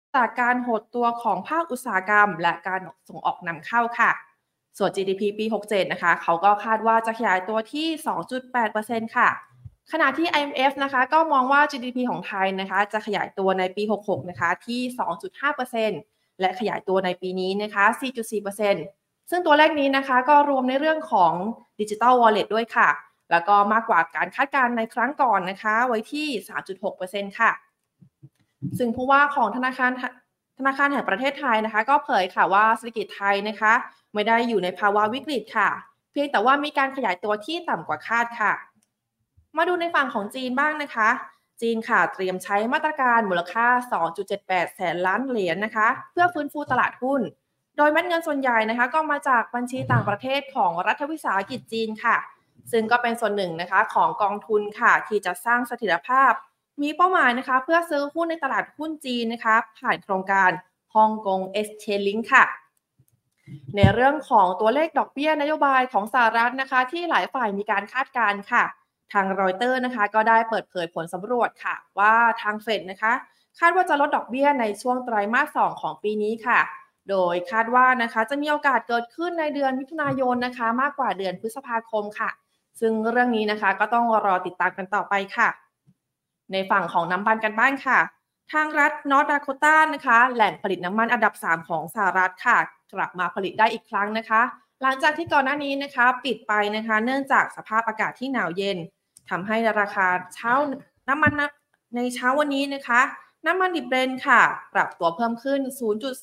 จากการหดตัวของภาคอุตสาหกรรมและการส่งออกนำเข้าค่ะส่วน GDP ปี 67 นะคะเขาก็คาดว่าจะขยายตัวที่ 2.8% ค่ะขณะที่ IMF นะคะก็มองว่า GDP ของไทยนะคะจะขยายตัวในปี 66 นะคะที่ 2.5% และขยายตัวในปีนี้นะคะ 4.4%ซึ่งตัวเลขนี้นะคะก็รวมในเรื่องของ Digital Wallet ด้วยค่ะแล้วก็มากกว่าการคาดการณ์ในครั้งก่อนนะคะไว้ที่ 3.6% ค่ะซึ่งผู้ว่าของธนาคารแห่งประเทศไทยนะคะก็เผยค่ะว่าเศรษฐกิจไทยนะคะไม่ได้อยู่ในภาวะวิกฤตค่ะเพียงแต่ว่ามีการขยายตัวที่ต่ำกว่าคาดค่ะมาดูในฝั่งของจีนบ้างนะคะจีนค่ะเตรียมใช้มาตรการมูลค่า 2.78 แสนล้านเหรียญนะคะเพื่อฟื้นฟูตลาดหุ้นโดยเม็ดเงินส่วนใหญ่นะคะก็มาจากบัญชีต่างประเทศของรัฐวิสาหกิจจีนค่ะซึ่งก็เป็นส่วนหนึ่งนะคะของกองทุนค่ะที่จะสร้างเสถียรภาพมีเป้าหมายนะคะเพื่อซื้อหุ้นในตลาดหุ้นจีนนะคะผ่านโครงการฮ่องกง Exchange Link ค่ะในเรื่องของตัวเลขดอกเบี้ยนโยบายของสหรัฐนะคะที่หลายฝ่ายมีการคาดการณ์ค่ะทางรอยเตอร์นะคะก็ได้เปิดเผยผลสำรวจค่ะว่าทางเฟดนะคะคาดว่าจะลดดอกเบี้ยในช่วงไตรมาส 2ของปีนี้ค่ะโดยคาดว่านะคะจะมีโอกาสเกิดขึ้นในเดือนมิถุนายนนะคะมากกว่าเดือนพฤษภาคมค่ะซึ่งเรื่องนี้นะคะก็ต้องรอติดตามกันต่อไปค่ะในฝั่งของน้ำมันกันบ้างค่ะทางรัฐนอร์ทดาโคตานะคะแหล่งผลิตน้ำมันอันดับ 3 ของสหรัฐค่ะกลับมาผลิตได้อีกครั้งนะคะหลังจากที่ก่อนหน้านี้นะคะปิดไปนะคะเนื่องจากสภาพอากาศที่หนาวเย็นทำให้ราคาน้ำมันในเช้าวันนี้นะคะน้ำมันดิบเบรนท์ค่ะปรับตัวเพิ่มขึ้น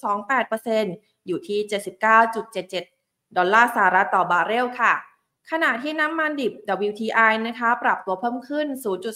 0.28% อยู่ที่ 79.77 ดอลลาร์สหรัฐต่อบาร์เรลค่ะขณะที่น้ำมันดิบ WTI นะคะปรับตัวเพิ่มขึ้น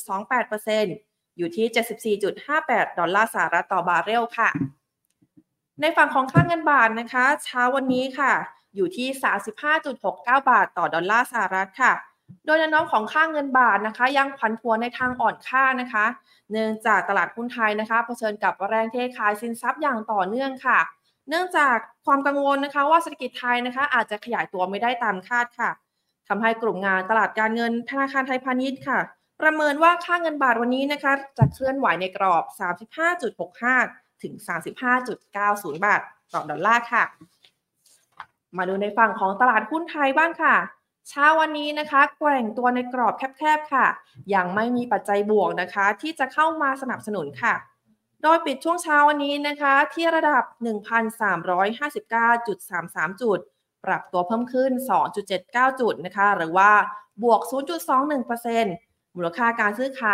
0.28% อยู่ที่ 74.58 ดอลลาร์สหรัฐต่อบาร์เรลค่ะในฝั่งของค่าเงินบาทนะคะเช้าวันนี้ค่ะอยู่ที่ 35.69 บาทต่อดอลลาร์สหรัฐค่ะโดยแนวโน้มของค่าเงินบาทนะคะยังผันผวนในทางอ่อนค่านะคะเนื่องจากตลาดหุ้นไทยนะคะเผชิญกับแรงเทขายสินทรัพย์อย่างต่อเนื่องค่ะเนื่องจากความกังวลนะคะว่าเศรษฐกิจไทยนะคะอาจจะขยายตัวไม่ได้ตามคาดค่ะทำให้กลุ่มงานตลาดการเงินธนาคารไทยพาณิชย์ค่ะประเมินว่าค่าเงินบาทวันนี้นะคะจะเคลื่อนไหวในกรอบ 35.65 ถึง 35.90 บาทต่อดอลลาร์ค่ะมาดูในฝั่งของตลาดหุ้นไทยบ้างค่ะเช้าวันนี้นะคะแกว่งตัวในกรอบแคบๆค่ะยังไม่มีปัจจัยบวกนะคะที่จะเข้ามาสนับสนุนค่ะโดยปิดช่วงเช้าวันนี้นะคะที่ระดับ 1,359.33 จุดปรับตัวเพิ่มขึ้น 2.79 จุดนะคะหรือว่าบวก 0.21%มูลค่าการซื้อขาย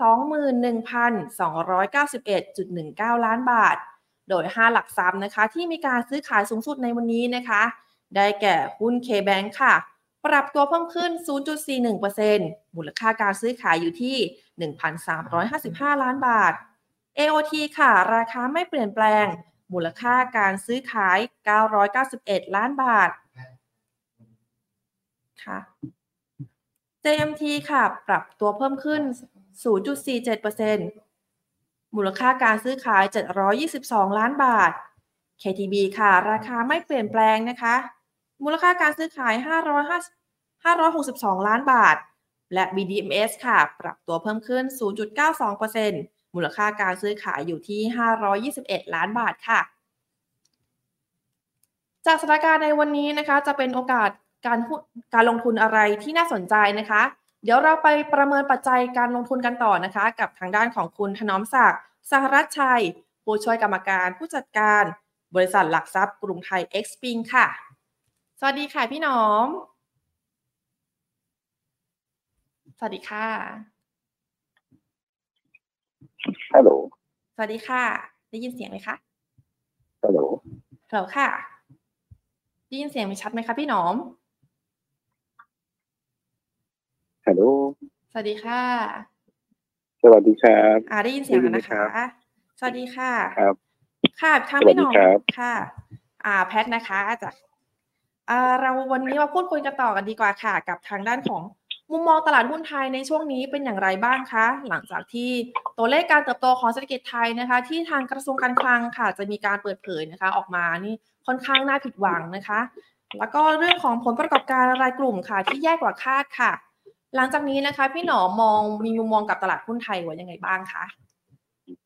21,291.19 ล้านบาทโดย5หลักทรัพย์นะคะที่มีการซื้อขายสูงสุดในวันนี้นะคะได้แก่หุ้น KBank ค่ะปรับตัวเพิ่มขึ้น 0.41% มูลค่าการซื้อขายอยู่ที่ 1,355 ล้านบาท AOT ค่ะราคาไม่เปลี่ยนแปลงมูลค่าการซื้อขาย 991 ล้านบาทค่ะ JMT ค่ะปรับตัวเพิ่มขึ้น 0.47%มูลค่าการซื้อขาย 722 ล้านบาท KTB ค่ะราคาไม่เปลี่ยนแปลงนะคะมูลค่าการซื้อขาย 562 ล้านบาทและ BDMs ค่ะปรับตัวเพิ่มขึ้น 0.92%มูลค่าการซื้อขายอยู่ที่ 521 ล้านบาทค่ะจากสถานการณ์ในวันนี้นะคะจะเป็นโอกาสการลงทุนอะไรที่น่าสนใจนะคะเดี๋ยวเราไปประเมินปัจจัยการลงทุนกันต่อนะคะกับทางด้านของคุณถนอมศักดิ์สหรัฐชัยผู้ช่วยกรรมการผู้จัดการบริษัทหลักทรัพย์กรุงไทยเอ็กซ์ปิงค่ะสวัสดีค่ะพี่หนอมสวัสดีค่ะฮัลโหลสวัสดีค่ะได้ยินเสียงไหมคะฮัลโหลฮัลโหลค่ะได้ยินเสียงชัดไหมคะพี่หนอมฮัลโหลสวัสดีค่ะสวัสดีครับได้ยินเสียงแล้วนะคะสวัสดีค่ะครับค่ะทางพี่หนอมค่ะแพทนะคะจากเราวันนี้มาพูดคุยกันต่อกันดีกว่าค่ะกับทางด้านของมุมมองตลาดหุ้นไทยในช่วงนี้เป็นอย่างไรบ้างคะหลังจากที่ตัวเลขการเติบโตของเศรษฐกิจไทยนะคะที่ทางกระทรวงการคลังค่ะจะมีการเปิดเผยนะคะออกมานี่ค่อนข้างน่าผิดหวังนะคะแล้วก็เรื่องของผลประกอบการรายกลุ่มค่ะที่แย่กว่าคาดค่ะหลังจากนี้นะคะพี่หนอมมีมุมมองกับตลาดหุ้นไทยไว้ยังไงบ้างคะ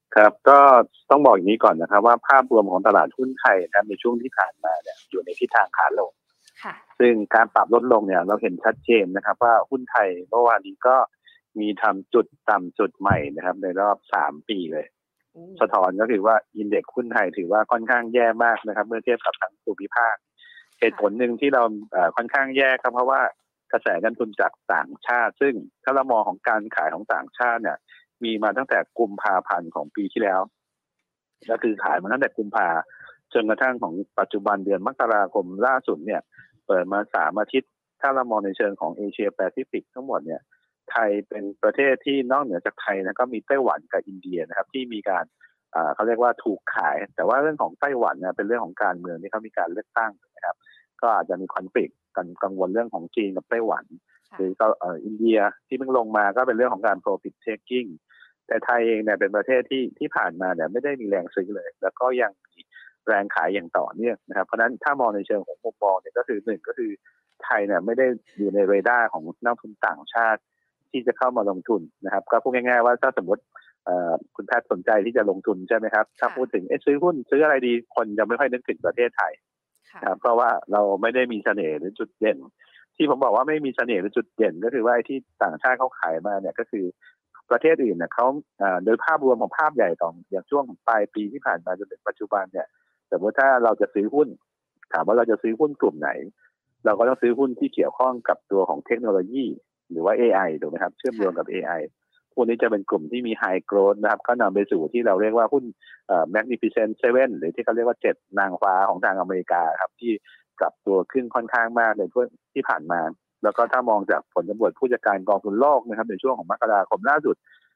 ครับก็ต้องบอกอย่างนี้ก่อนนะครับว่าภาพรวมของตลาดหุ้นไทยนะครับในช่วงที่ผ่านมาเนี่ยอยู่ในทิศทางขาลงซึ่งการปรับลดลงเนี่ยเราเห็นชัดเจนนะครับว่าหุ้นไทยเมื่อวานนี้ก็มีทำจุดต่ำจุดใหม่นะครับในรอบ3 ปีเลยสะท้อนก็คือว่าอินเด็กซ์หุ้นไทยถือว่าค่อนข้างแย่มากนะครับเมื่อเทียบกับทั้งภูมิภาคเหตุผลหนึ่งที่เราค่อนข้างแย่ครับเพราะว่ากระแสเงินทุนจากต่างชาติซึ่งถ้าเรามองของการขายของต่างชาติเนี่ยมีมาตั้งแต่กุมภาพันธ์ของปีที่แล้วก็คือขายมาตั้งแต่กุมภาจนกระทั่งของปัจจุบันเดือนมกราคมล่าสุดเนี่ยเปิดมา3 อาทิตย์ถ้าเรามองในเชิงของเอเชียแปซิฟิกทั้งหมดเนี่ยไทยเป็นประเทศที่นอกเหนือจากไทยนะก็มีไต้หวันกับอินเดียนะครับที่มีการเขาเรียกว่าถูกขายแต่ว่าเรื่องของไต้หวันเนี่ยเป็นเรื่องของการเมืองที่เขามีการเลือกตั้งนะครับก็อาจจะมีคอนฟ lict กันกังวลเรื่องของจีนกับไต้หวันหรือก็อินเดียที่เพิ่งลงมาก็เป็นเรื่องของการ profit taking แต่ไทยเองเนี่ยเป็นประเทศที่ผ่านมาเนี่ยไม่ได้มีแรงซื้อเลยแล้วก็ยังมีแรงขายอย่างต่อเนื่องนะครับเพราะฉะนั้นถ้ามองในเชิงของมุมมองเนี่ยก็คือหนึ่งก็คือไทยเนี่ยไม่ได้อยู่ในเรดาร์ของนักทุนต่างชาติที่จะเข้ามาลงทุนนะครับก็พูดง่ายๆว่าถ้าสมมติคุณแพทย์สนใจที่จะลงทุนใช่ไหมครับถ้าพูดถึงซื้อหุ้นซื้ออะไรดีคนจะไม่ค่อยนึกถึงประเทศไทยเพราะว่าเราไม่ได้มีเสน่ห์หรือจุดเด่นที่ผมบอกว่าไม่มีเสน่ห์หรือจุดเด่นก็คือว่าที่ต่างชาติเขาขายมาเนี่ยก็คือประเทศอื่นเนี่ยเขาโดยภาพรวมของภาพใหญ่ต่ออย่างช่วงปลายปีที่ผ่านมาจนถึงปัจจุบันเนี่ยแต่ว่าถ้าเราจะซื้อหุ้นถามว่าเราจะซื้อหุ้นกลุ่มไหนเราก็ต้องซื้อหุ้นที่เกี่ยวข้องกับตัวของเทคโนโลยีหรือว่า AI ถูกไหมครับเชื่อมโยงกับ AI พวกนี้จะเป็นกลุ่มที่มี High Growth นะครับก็นำไปสู่ที่เราเรียกว่าหุ้นMagnificent Seven หรือที่เขาเรียกว่า7 นางฟ้าของทางอเมริกาครับที่ปรับตัวขึ้นค่อนข้างมากในช่วงที่ผ่านมาแล้วก็ถ้ามองจากผลสำรวจผู้จัดการกองทุนโลกนะครับในช่วงของมกราคมล่าสุด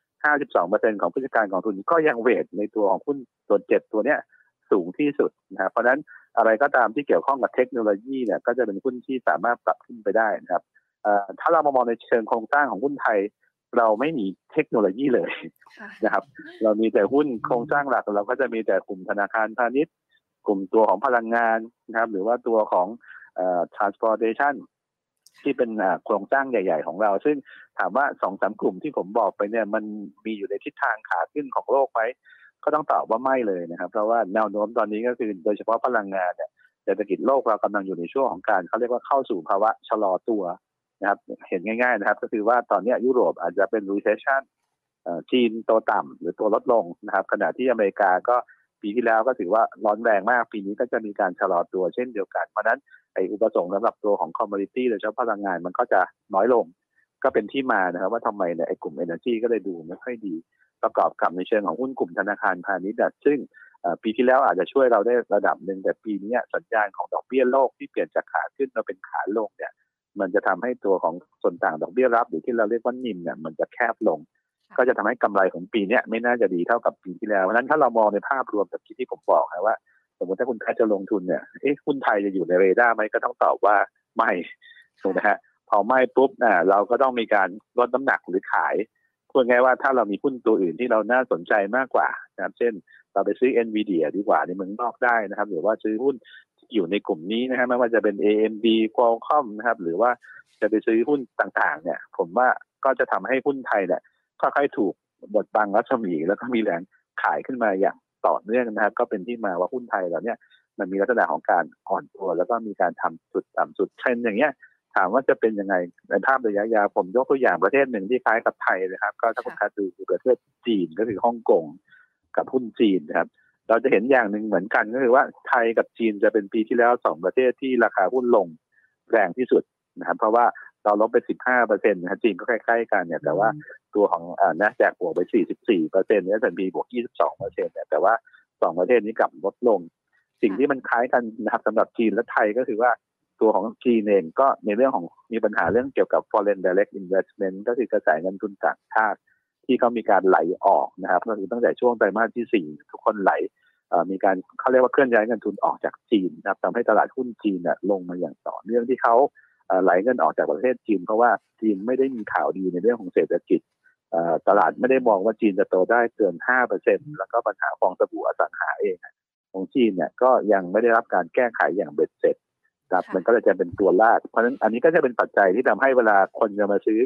52% ของผู้จัดการกองทุนก็ยังเวทในตัวของหุ้นตัว7 ตัวเนี้ยสูงที่สุดนะครับเพราะฉะนั้นอะไรก็ตามที่เกี่ยวข้องกับเทคโนโลยีเนี่ยก็จะเป็นหุ้นที่สามารถปรับขึ้นไปได้นะครับถ้าเรามามองในเชิงโครงสร้างของหุ้นไทยเราไม่มีเทคโนโลยีเลยนะครับเรามีแต่หุ้นโครงสร้างหลักเราก็จะมีแต่กลุ่มธนาคารพาณิชย์กลุ่มตัวของพลังงานนะครับหรือว่าตัวของtransportation ที่เป็นโครงสร้างใหญ่ๆของเราซึ่งถามว่า 2-3 กลุ่มที่ผมบอกไปเนี่ยมันมีอยู่ในทิศทางขาขึ้นของโลกไหมก็ต้องตอบว่าไม่เลยนะครับเพราะว่าแนวโน้มตอนนี้ก็คือโดยเฉพาะพลังงานเนี่ยเศรษฐกิจโลกเรากำลังอยู่ในช่วงของการเขาเรียกว่าเข้าสู่ภาวะชะลอตัวนะครับเห็นง่ายๆนะครับก็คือว่าตอนนี้ยุโรปอาจจะเป็น recession จีนตัวต่ำหรือตัวลดลงนะครับขณะที่อเมริกาก็ปีที่แล้วก็ถือว่าร้อนแรงมากปีนี้ก็จะมีการชะลอตัวเช่นเดียวกันเพราะนั้นไอ้อุปสงค์สำหรับตัวของคอมมูนิตี้โดยเฉพาะพลังงานมันก็จะน้อยลงก็เป็นที่มานะครับว่าทำไมเนี่ยไอ้กลุ่ม Energy ก็เลยดูไม่ค่อยดีประกอบกับในเชิงของหุ้นกลุ่มธนาคารพาณิชย์ซึ่งปีที่แล้วอาจจะช่วยเราได้ระดับหนึ่งแต่ปีนี้สัญญาณของดอกเบี้ยโลกที่เปลี่ยนจากขาขึ้นมาเป็นขาลงเนี่ยมันจะทำให้ตัวของส่วนต่างดอกเบี้ยรับหรือที่เราเรียกว่านิมเนี่ยมันจะแคบลงก็จะทำให้กำไรของปีนี้ไม่น่าจะดีเท่ากับปีที่แล้วเพราะฉะนั้นถ้าเรามองในภาพรวมแบบที่ผมบอกนะว่าสมมติถ้าคุณแพทย์จะลงทุนเนี่ยหุ้นไทยจะอยู่ในเรดาร์ไหมก็ต้องตอบว่าไม่ถูกไหมฮะพอไม่ปุ๊บเราก็ต้องมีการลดน้ำหนักหรือขายพูดง่ายว่าถ้าเรามีหุ้นตัวอื่นที่เราน่าสนใจมากกว่านะครับเช่นเราไปซื้อ Nvidia ดีกว่าในเมืองนอกได้นะครับหรือว่าซื้อหุ้นที่อยู่ในกลุ่มนี้นะครับไม่ว่าจะเป็น AMD Qualcomm นะครับหรือว่าจะไปซื้อหุ้นต่างๆเนี่ยผมว่าก็จะทำให้หุ้นไทยเนี่ยค่อยๆถูกบดบังรัศมีแล้วก็มีแรงขายขึ้นมาอย่างต่อเนื่องนะครับก็เป็นที่มาว่าหุ้นไทยเราเนี่ยมันมีลักษณะของการอ่อนตัวแล้วก็มีการทำจุดต่ำสุดเทรนด์อย่างเงี้ยถามว่าจะเป็นยังไงในภาพระยะยาวผมยกตัวอย่างประเทศหนึ่งที่คล้ายกับไทยนะครับก็ถ้าคุณคาดูประเทศจีนก็คือฮ่องกงกับหุ้นจีนนะครับเราจะเห็นอย่างหนึ่งเหมือนกันก็คือว่าไทยกับจีนจะเป็นปีที่แล้ว2 ประเทศที่ราคาหุ้นลงแรงที่สุดนะครับเพราะว่าเราลบไป 15% นะจีนก็ใกล้ๆกันเนี่ยแต่ว่าตัวของNASDAQ บวกไป 44% S&P บวก 22% เนี่ยแต่ว่า2 ประเทศนี้กลับลดลงสิ่งที่มันคล้ายกันนะครับสำหรับจีนและไทยก็คือว่าตัวของจีนเองก็ในเรื่องของมีปัญหาเรื่องเกี่ยวกับ foreign direct investment ก็คือกระแสเงินทุนต่างชาติที่เขามีการไหลออกนะครับก็คือตั้งแต่ช่วงไตรมาสที่4ทุกคนไหลมีการเขาเรียกว่าเคลื่อนย้ายเงินทุนออกจากจีนนะครับทำให้ตลาดหุ้นจีนลงมาอย่างต่อเนื่องที่เขาไหลเงินออกจากประเทศจีนเพราะว่าจีนไม่ได้มีข่าวดีในเรื่องของเศรษฐกิจตลาดไม่ได้มองว่าจีนจะโตได้เกิน 5% แล้วก็ปัญหาฟองสบู่อสังหาเองของจีนเนี่ยก็ยังไม่ได้รับการแก้ไขอย่างเบ็ดเสร็จครับมันก็เลยจะเป็นตัวลากเพราะฉะนั้นอันนี้ก็จะเป็นปัจจัยที่ทำให้เวลาคนจะมาซื้อ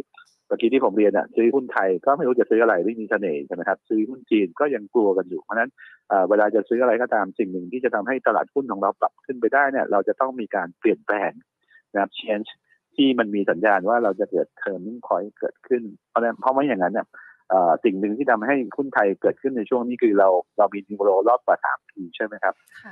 เมื่อกี้ที่ผมเรียนซื้อหุ้นไทยก็ไม่รู้จะซื้ออะไรไม่มีเสน่ห์ใช่ไหมครับซื้อหุ้นจีนก็ยังกลัวกันอยู่เพราะนั้นเวลาจะซื้ออะไรก็ตามสิ่งหนึ่งที่จะทำให้ตลาดหุ้นของเราปรับขึ้นไปได้เนี่ยเราจะต้องมีการเปลี่ยนแปลงนะครับ change ที่มันมีสัญญาณว่าเราจะเกิด turning point เกิดขึ้นเพราะไม่อย่างนั้นเนี่ยสิ่งหนึ่งที่ทำให้หุ้นไทยเกิดขึ้นในช่วงนี้คือเรามีนิวโรรอบกว่า3 ปีใช่ไหมครับ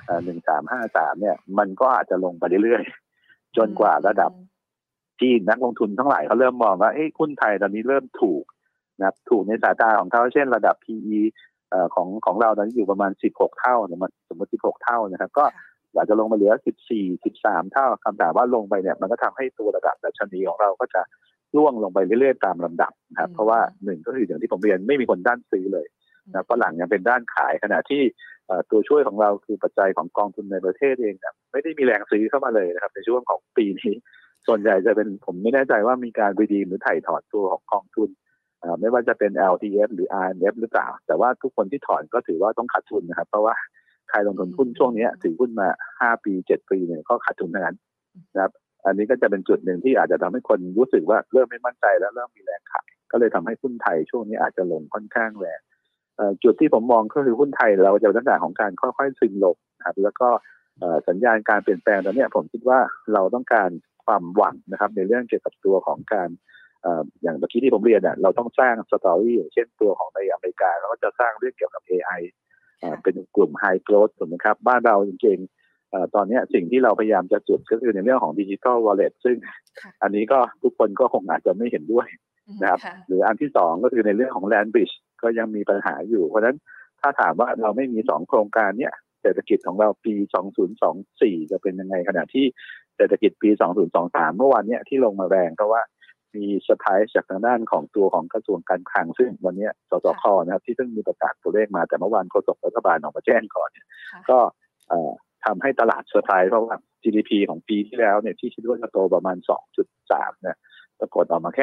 1353เนี่ยมันก็อาจจะลงไปเรื่อยๆจนกว่าระดับที่นักลงทุนทั้งหลายเขาเริ่มมองว่าหุ้นไทยตอนนี้เริ่มถูกนะครับถูกในสายตาของเขาเช่นระดับ PE ของเราตอนนี้อยู่ประมาณ16เท่าสมมติ16เท่านะครับก็อาจจะลงมาเหลือ14 13เท่าคำถามว่าลงไปเนี่ยมันก็ทำให้ตัวระดับดัชนีของเราก็จะร่วงลงไปเรื่อยๆตามลำดับนะครับเพราะว่าหนึ่งก็คืออย่างที่ผมเรียนไม่มีคนด้านซื้อเลยนะฝรั่งยังเป็นด้านขายขณะที่ตัวช่วยของเราคือปัจจัยของกองทุนในประเทศเองเนี่ยไม่ได้มีแรงซื้อเข้ามาเลยนะครับในช่วงของปีนี้ส่วนใหญ่จะเป็นผมไม่แน่ใจว่ามีการรีดีมหรือถ่ายถอนตัวของกองทุนไม่ว่าจะเป็น LTF หรือ RMF หรือเปล่าแต่ว่าทุกคนที่ถอนก็ถือว่าต้องขาดทุนนะครับเพราะว่าใครลงทุนหุ้นช่วงนี้ถือหุ้นมา5 ปี 7 ปีเนี่ยก็ขาดทุนทั้งนั้นนะครับอันนี้ก็จะเป็นจุดหนึ่งที่อาจจะทำให้คนรู้สึกว่าเริ่มไม่มั่นใจแล้วเริ่มมีแรงขายก็เลยทำให้หุ้นไทยช่วงนี้อาจจะลงค่อนข้างแรงจุดที่ผมมองก็คือหุ้นไทยเราจะเป็นลักษณะของการค่อยๆซึมลงนะครับแล้วก็สัญญาณการเปลี่ยนแปลงตอนนี้ผมคิดว่าเราต้องการความหวังนะครับในเรื่องเกี่ยวกับตัวของการอย่างเมื่อกี้ที่ผมเรียนเนี่ยเราต้องสร้างสตอรี่อย่างเช่นตัวของในอเมริกาเราก็จะสร้างเรื่องเกี่ยวกับ AI เป็นกลุ่ม High Growth ถูกไหมครับบ้านเราจริงๆตอนนี้สิ่งที่เราพยายามจะจุดก็คือในเรื่องของ Digital Wallet ซึ่งอันนี้ก็ทุกคนก็คงอาจจะไม่เห็นด้วยนะครับหรืออันที่สองก็คือในเรื่องของ Land Bridge ก็ยังมีปัญหาอยู่เพราะฉะนั้นถ้าถามว่าเราไม่มี2โครงการเนี่ยเศรษฐกิจของเราปี2024จะเป็นยังไงขณะที่เศรษฐกิจปี2023เมื่อวานเนี้ยที่ลงมาแรงเพราะว่ามีเซอร์ไพรส์จากทางด้านของตัวของกระทรวงการคลังซึ่งวันนี้สสค.นะครับที่เพิ่งมีประกาศตัวเลขมาแต่เมื่อวานโฆษกรัฐบาลออกมาแจ้งก่อนเนี่ยก็ทำให้ตลาดเซอร์ไพรส์เพราะว่า GDP ของปีที่แล้วเนี่ยที่คิดว่าจะโตประมาณ 2.3 เนี่ยปรากฏออกมาแค่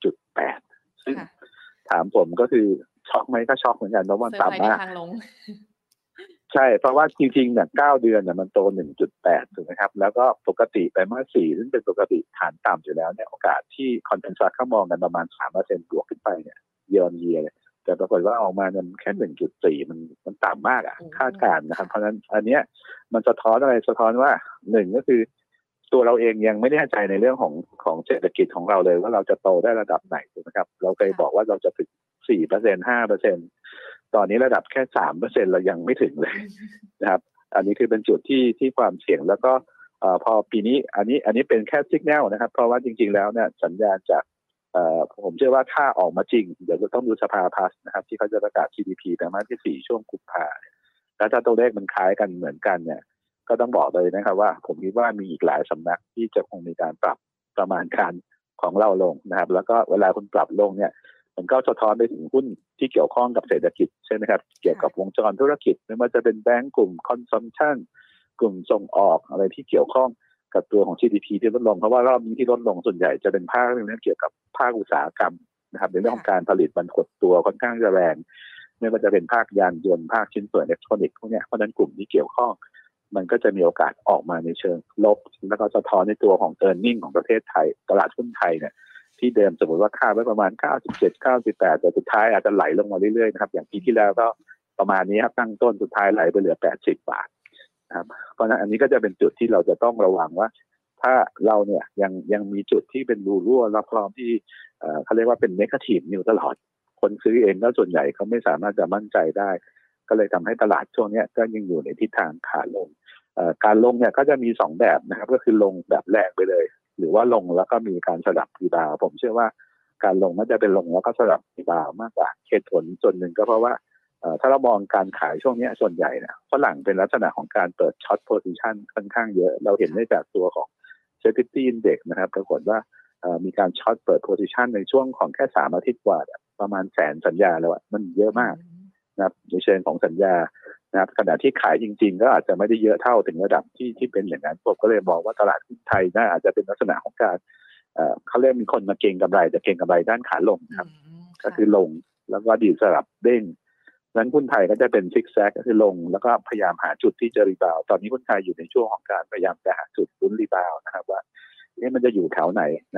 1.8 ซึ่งถามผมก็คือช็อกไหมก็ช็อกเหมือนกันเพราะว่าต่ำมากใช่เพราะว่าจริงๆเนี่ย9 เดือนเนี่ยมันโต 1.8 ถูกไหมครับแล้วก็ปกติไตรมาส 4ซึ่งเป็นปกติฐานต่ำอยู่แล้วเนี่ยโอกาสที่คอนเซนแซสเขามองกันประมาณ 3% บวกขึ้นไปเนี่ยเยอร์เยียร์แต่ปรากฏว่าออกมาเนี่ยแค่ 1.4 มันต่ำมากคาดการณ์นะครับเพราะฉะนั้นอันเนี้ยมันสะท้อนอะไรสะท้อนว่า1ก็คือตัวเราเองยังไม่แน่ใจในเรื่องของเศรษฐกิจของเราเลยว่าเราจะโตได้ระดับไหนถูกไหมครับเราเคยบอกว่าเราจะถึง 4% 5%ตอนนี้ระดับแค่ 3% เรายังไม่ถึงเลยนะครับอันนี้คือเป็นจุดที่ความเสี่ยงแล้วก็พอปีนี้อันนี้เป็นแค่สัญญาณนะครับเพราะว่าจริงๆแล้วเนี่ยสัญญาณจากผมเชื่อว่าถ้าออกมาจริงเดี๋ยวจะต้องดูสภาพัฒน์นะครับที่เขาจะประกาศ GDP ไตรมาสที่4ช่วงกุมภาพันธ์แล้วถ้าตัวเลขมันคล้ายกันเหมือนกันเนี่ยก็ต้องบอกเลยนะครับว่าผมคิดว่ามีอีกหลายสำนักที่จะคงมีการปรับประมาณการของเราลงนะครับแล้วก็เวลาคุณปรับลงเนี่ยมันก็สะท้อนไปถึงหุ้นที่เกี่ยวข้องกับเศรษฐกิจใช่ไหมครับเกี่ยวกับวงจรธุรกิจไม่ว่าจะเป็นแบงก์กลุ่มคอนซัมชันกลุ่มส่งออกอะไรที่เกี่ยวข้องกับตัวของ GDP ที่ลดลงเพราะว่ารอบนี้ที่ลดลงส่วนใหญ่จะเป็นภาคเรื่องเกี่ยวกับภาคอุตสาหกรรมนะครับในเรื่องของการผลิตมันหดตัวค่อนข้างจะแรงไม่ว่าจะเป็นภาคยานยนต์ภาคชิ้นส่วนอิเล็กทรอนิกส์พวกนี้เพราะนั้นกลุ่มที่เกี่ยวข้องมันก็จะมีโอกาสออกมาในเชิงลบแล้วก็สะท้อนในตัวของ earning ของประเทศไทยตลาดหุ้นไทยเนี่ยที่เดิมสมมติว่าค่าไว้ประมาณ97 98แต่สุดท้ายอาจจะไหลลงมาเรื่อยๆนะครับอย่างปีที่แล้วก็ประมาณนี้ครับตั้งต้นสุดท้ายไหลไปเหลือ80 บาทนะครับเพราะฉะนั้นอันนี้ก็จะเป็นจุดที่เราจะต้องระวังว่าถ้าเราเนี่ยยังมีจุดที่เป็นรูรั่วรับรองที่เขาเรียกว่าเป็น negative news ตลอดคนซื้อเองก็ส่วนใหญ่เขาไม่สามารถจะมั่นใจได้ก็เลยทำให้ตลาดช่วงนี้ก็ยังอยู่ในทิศทางขาลงการลงเนี่ยก็จะมี2แบบนะครับก็คือลงแบบแรงไปเลยหรือว่าลงแล้วก็มีการสลับรีบาวผมเชื่อว่าการลงน่าจะเป็นลงแล้วก็สลับรีบาวมากกว่าเหตุผลส่วนหนึ่งก็เพราะว่าถ้าเรามองการขายช่วงนี้ส่วนใหญ่เนี่ยฝรั่งเป็นลักษณะของการเปิดช็อตโพซิชันค่อนข้างเยอะเราเห็นได้จากตัวของ Safety Index นะครับปรากฏว่ามีการช็อตเปิดโพซิชันในช่วงของแค่3 อาทิตย์กว่าประมาณ100,000 สัญญาแล้วมันเยอะมากนะครับในเชิงของสัญญานะครับขณะที่ขายจริงๆก็อาจจะไม่ได้เยอะเท่าถึงระดับที่เป็นอย่างนั้นผมก็เลยมองว่าตลาดหุ้นไทยน่าอาจจะเป็นลักษณะของการเขาเรียกมีคนมาเก็งกำไรแต่เก็งกำไรด้านขาลงครับก็คือลงแล้วก็ดีสลับเด้งนั้นหุ้นไทยก็จะเป็นซิกแซกก็คือลงแล้วก็พยายามหาจุดที่จะรีบาวตอนนี้หุ้นไทยอยู่ในช่วงของการพยายามจะหาจุดลุ้นรีบาวนะครับว่ามันจะอยู่แถวไหนนะครับ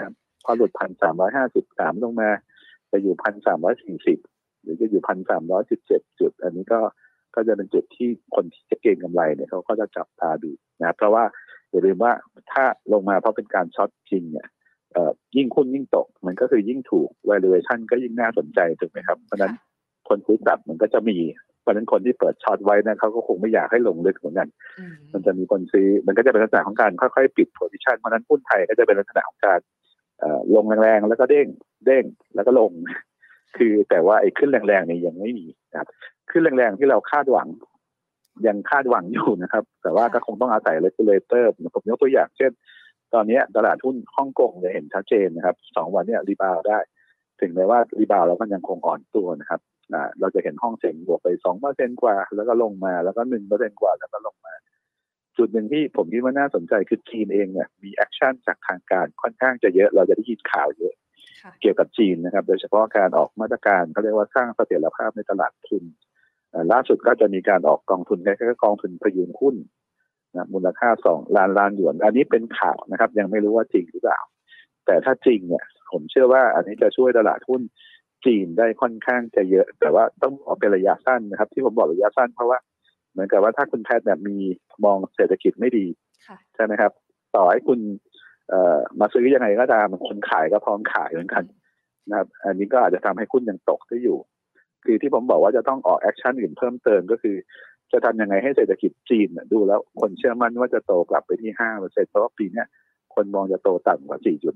พอหลุด1,353ลงมาจะอยู่1,340หรือจะอยู่1,317จุดอันนี้ก็จะเป็นจุดที่คนที่จะเก็งกำไรเนี่ยเขาก็จะจับตาดูนะเพราะว่าอย่าลืมว่าถ้าลงมาเพราะเป็นการช็อตจริงเนี่ยยิ่งหุ้นยิ่งตกมันก็คือยิ่งถูก valuation ก็ยิ่งน่าสนใจถูกไหมครับเพราะนั้นคนซื้อกลับมันก็จะมีเพราะนั้นคนที่เปิดช็อตไว้นะเขาก็คงไม่อยากให้ลงลึกเหมือนกันมันจะมีคนซื้อมันก็จะเป็นลักษณะของการค่อยๆปิด position เพราะนั้นหุ้นไทยก็จะเป็นลักษณะของการลงแรงๆแล้วก็เด้งแล้วก็ลงคือแต่ว่าไอ้ขึ้นแรงๆเนี่ยยังไม่มีนะครับขึ้นแรงๆที่เราคาดหวังยังคาดหวังอยู่นะครับแต่ว่าก็คงต้องอาศัย regulator ผมยกตัวอย่างเช่นตอนนี้ตลาดหุ้นฮ่องกงเนี่ยเห็นชัดเจนนะครับ2วันเนี่ยรีบาวได้ถึงแม้ว่ารีบาวแล้วมันยังคงอ่อนตัวนะครับเราจะเห็นห้องเซ็งบวกไป 2% กว่าแล้วก็ลงมาแล้วก็ 1% กว่าแล้วก็ลงมาจุดหนึ่งที่ผมคิดว่าน่าสนใจคือจีนเองเนี่ยมีแอคชั่นจากทางการค่อนข้างจะเยอะเราจะได้ยินข่าวเยอะเกี่ยวกับจีนนะครับโดยเฉพาะการออกมาตรการเขาเรียกว่าสร้างเสถียรภาพในตลาดทุนล่าสุดก็จะมีการออกกองทุนคล้ายๆกองทุนพยุงหุ้นนะมูลค่า2 ล้านหยวนอันนี้เป็นข่าวนะครับยังไม่รู้ว่าจริงหรือเปล่าแต่ถ้าจริงเนี่ยผมเชื่อว่าอันนี้จะช่วยตลาดหุ้นจีนได้ค่อนข้างจะเยอะแต่ว่าต้องบอกเป็นระยะสั้นนะครับที่ผมบอกระยะสั้นเพราะว่าเหมือนกับว่าถ้าคุณแพทย์เนี่ยมีมองเศรษฐกิจไม่ดีใช่ไหมครับต่อให้คุณมาซื้อยังไงก็ตามคนขายก็พร้อมขายเหมือนกันนะครับอันนี้ก็อาจจะทำให้หุ้นยังตกได้อยู่คือที่ผมบอกว่าจะต้องออกแอคชั่นอื่นเพิ่มเติมก็คือจะทำยังไงให้เศรษฐกิจจีนดูแล้วคนเชื่อมั่นว่าจะโตกลับไปที่ 5% เพราะว่าปีนี้คนมองจะโตต่ำกว่า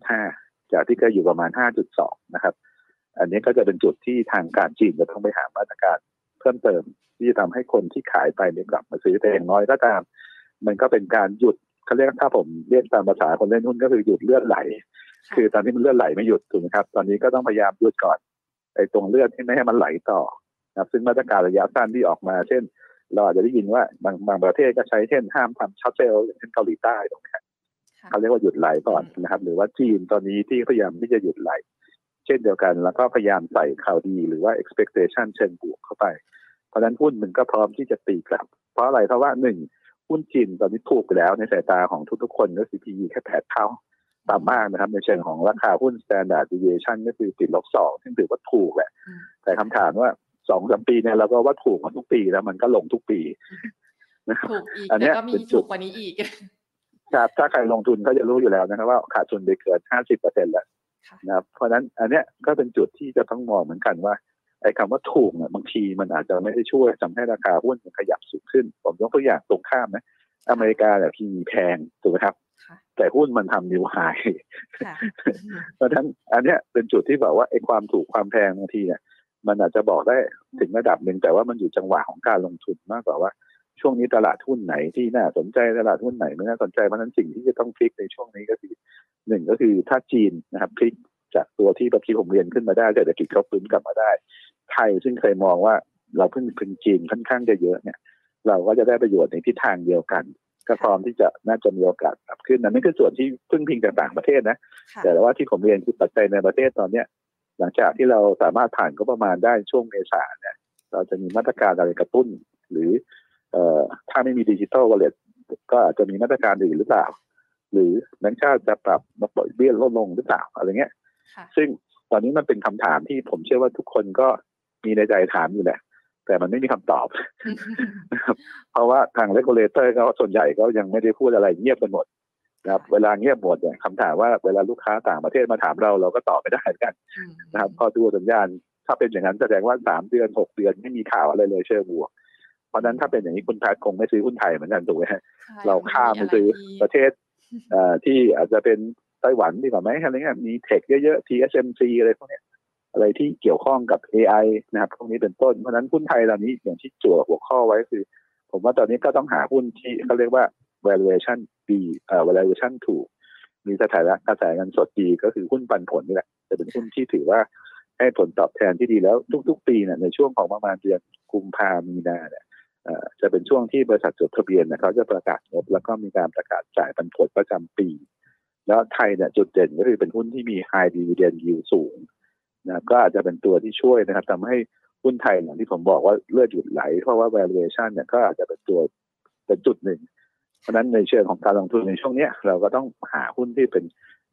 4.5 จากที่เคยอยู่ประมาณ 5.2 นะครับอันนี้ก็จะเป็นจุดที่ทางการจีนจะต้องไปหามาตรการเพิ่มเติมที่จะทำให้คนที่ขายไปเนี่ยกลับมาซื้อแต่อย่างน้อยก็ตามมันก็เป็นการหยุดเขาเรียกถ้าผมเรียกตามภาษาคนเล่นหุ้นก็คือหยุดเลือดไหลคือตอนนี้มันเลือดไหลไม่หยุดถูกไหมครับตอนนี้ก็ต้องพยายามหยุดก่อนไอ้ตรงเลือดที่ไม่ให้มันไหลต่อนะซึ่งมาตรการระยะสั้นที่ออกมาเช่นเราอาจจะได้ยินว่าบางประเทศก็ใช้เช่นห้ามทำช็อตเซลล์อย่างเช่นเกาหลีใต้ตรงนี้เขาเรียกว่าหยุดไหลก่อนนะครับหรือว่าจีนตอนนี้ที่พยายามที่จะหยุดไหลเช่นเดียวกันแล้วก็พยายามใส่ข่าวดีหรือว่า expectation เชิงบวกเข้าไปเพราะฉะนั้นหุ้นมันก็พร้อมที่จะตีกลับเพราะอะไรเพราะว่า1หุ้นจีนตอนนี้ถูกไปแล้วในสายตาของทุกๆคนก็ PE แค่8 เท่าต่ำมากนะครับในเชิงของราคาหุ้น standard deviation ก็คือติดลบ2ซึ่งถือว่าถูกแหละแต่คำถามว่า 2-3 ปีเนี่ยเราก็ว่าถูกมาทุกปีแล้วมันก็ลงทุกปีนะครับอันนี้ก็มีถูกกว่านี้อีกครับถ้าใครลงทุนก็จะรู้อยู่แล้วนะครับว่าขาดทุนไปเกิน 50% แล้วนะครับเพราะนั้นอันเนี้ยก็เป็นจุดที่จะต้องมองเหมือนกันว่าไอ้คำว่าถูกเนี่ยบางทีมันอาจจะไม่ได้ช่วยทำให้ราคาหุ้นมันขยับสูงขึ้นผมยกตัวอย่างตรงข้ามนะอเมริกาเนี่ย PE แพงถูกไหมครับแต่หุ้นมันทำนิวไฮเพราะฉะนั้นอันเนี้ยเป็นจุดที่บอกว่าไอ้ความถูกความแพงบางทีเนี่ยมันอาจจะบอกได้ถึงระดับหนึ่งแต่ว่ามันอยู่จังหวะของการลงทุนมากกว่าว่าช่วงนี้ตลาดหุ้นไหนที่น่าสนใจตลาดหุ้นไหนไม่น่าสนใจเพราะฉะนั้นสิ่งที่จะต้องพลิกในช่วงนี้ก็คือ1ก็คือถ้าจีนนะครับพลิกจากตัวที่เมื่อกี้ผมเรียนขึ้นมาได้เศรษฐกิจเขาฟื้นกลับมาได้ไทยซึ่งเคยมองว่าเราพึ่งจีนค่อนข้างจะเยอะเนี่ยเราก็จะได้ประโยชน์ในทิศทางเดียวกันก็พร้อมที่จะน่าจะมีโอกาสกลับขึ้นนั่นคือส่วนที่พึ่งพิงจากต่างประเทศนะแต่ว่าที่ผมเรียนคือปัจจัยในประเทศตอนเนี้ยหลังจากที่เราสามารถผ่านก็ประมาณได้ช่วงเมษาเนี่ยเราจะมีมาตรการอะไรกระตุ้นหรือถ้าไม่มีดิจิทัลวอลเล็ตก็อาจจะมีมาตรการอื่นหรือเปล่าหรือแบงก์ชาติจะปรับมาปล่อยเบี้ยลดลงหรือเปล่าอะไรเงี้ยซึ่งตอนนี้มันเป็นคำถามที่ผมเชื่อว่าทุกคนก็มีในใจถามอยู่แหละแต่มันไม่มีคำตอบ เพราะว่าทาง regulator ก็ส่วนใหญ่ก็ยังไม่ได้พูดอะไรเงียบกันหมดนะครับเวลาเงียบหมดเนี่ยคำถามว่าเวลาลูกค้าต่างประเทศมาถามเราก็ตอบไม่ได้กันนะครับพอดูสัญญาณถ้าเป็นอย่างนั้นแสดงว่า3 เดือน 6 เดือนไม่มีข่าวอะไรเลยเชิงบวกเพราะนั้นถ้าเป็นอย่างนี้คุณแพทย์คงไม่ซื้อหุ้นไทยเหมือนกันถูกไหมเราข้ามไปซื้อประเทศที่อาจจะเป็นไต้หวันดีกว่าไหมอะไรเงี้ยมีเทคเยอะๆ TSMC อะไรพวกนี้อะไรที่เกี่ยวข้องกับ AI นะครับพวกนี้เป็นต้นเพราะนั้นหุ้นไทยตอนนี้อย่างที่จั่วหัวข้อไว้คือผมว่าตอนนี้ก็ต้องหาหุ้นที่เขาเรียกว่า valuation ดี valuation ถูกมีสถานะกระแสเงินสดดีก็คือหุ้นปันผลนี่แหละจะเป็นหุ้นที่ถือว่าให้ผลตอบแทนที่ดีแล้วทุกๆปีเนี่ยในช่วงของประมาณเดือนกุมภาพันธ์มีนาเนี่ยจะเป็นช่วงที่บริษัทจดทะเบียนเขาจะประกาศงบแล้วก็มีการประกาศจ่ายปันผลประจำปีแล้วไทยเนี่ยจุดเด่นก็คือเป็นหุ้นที่มี high dividend yield สูงนะก็อาจจะเป็นตัวที่ช่วยนะครับทำให้หุ้นไทยอย่างที่ผมบอกว่าเลือดหยุดไหลเพราะว่า valuation เนี่ยก็อาจจะเป็นตัวเป็นจุดหนึ่งเพราะนั้นในเชิงของการลงทุนในช่วงนี้เราก็ต้องหาหุ้นที่เป็น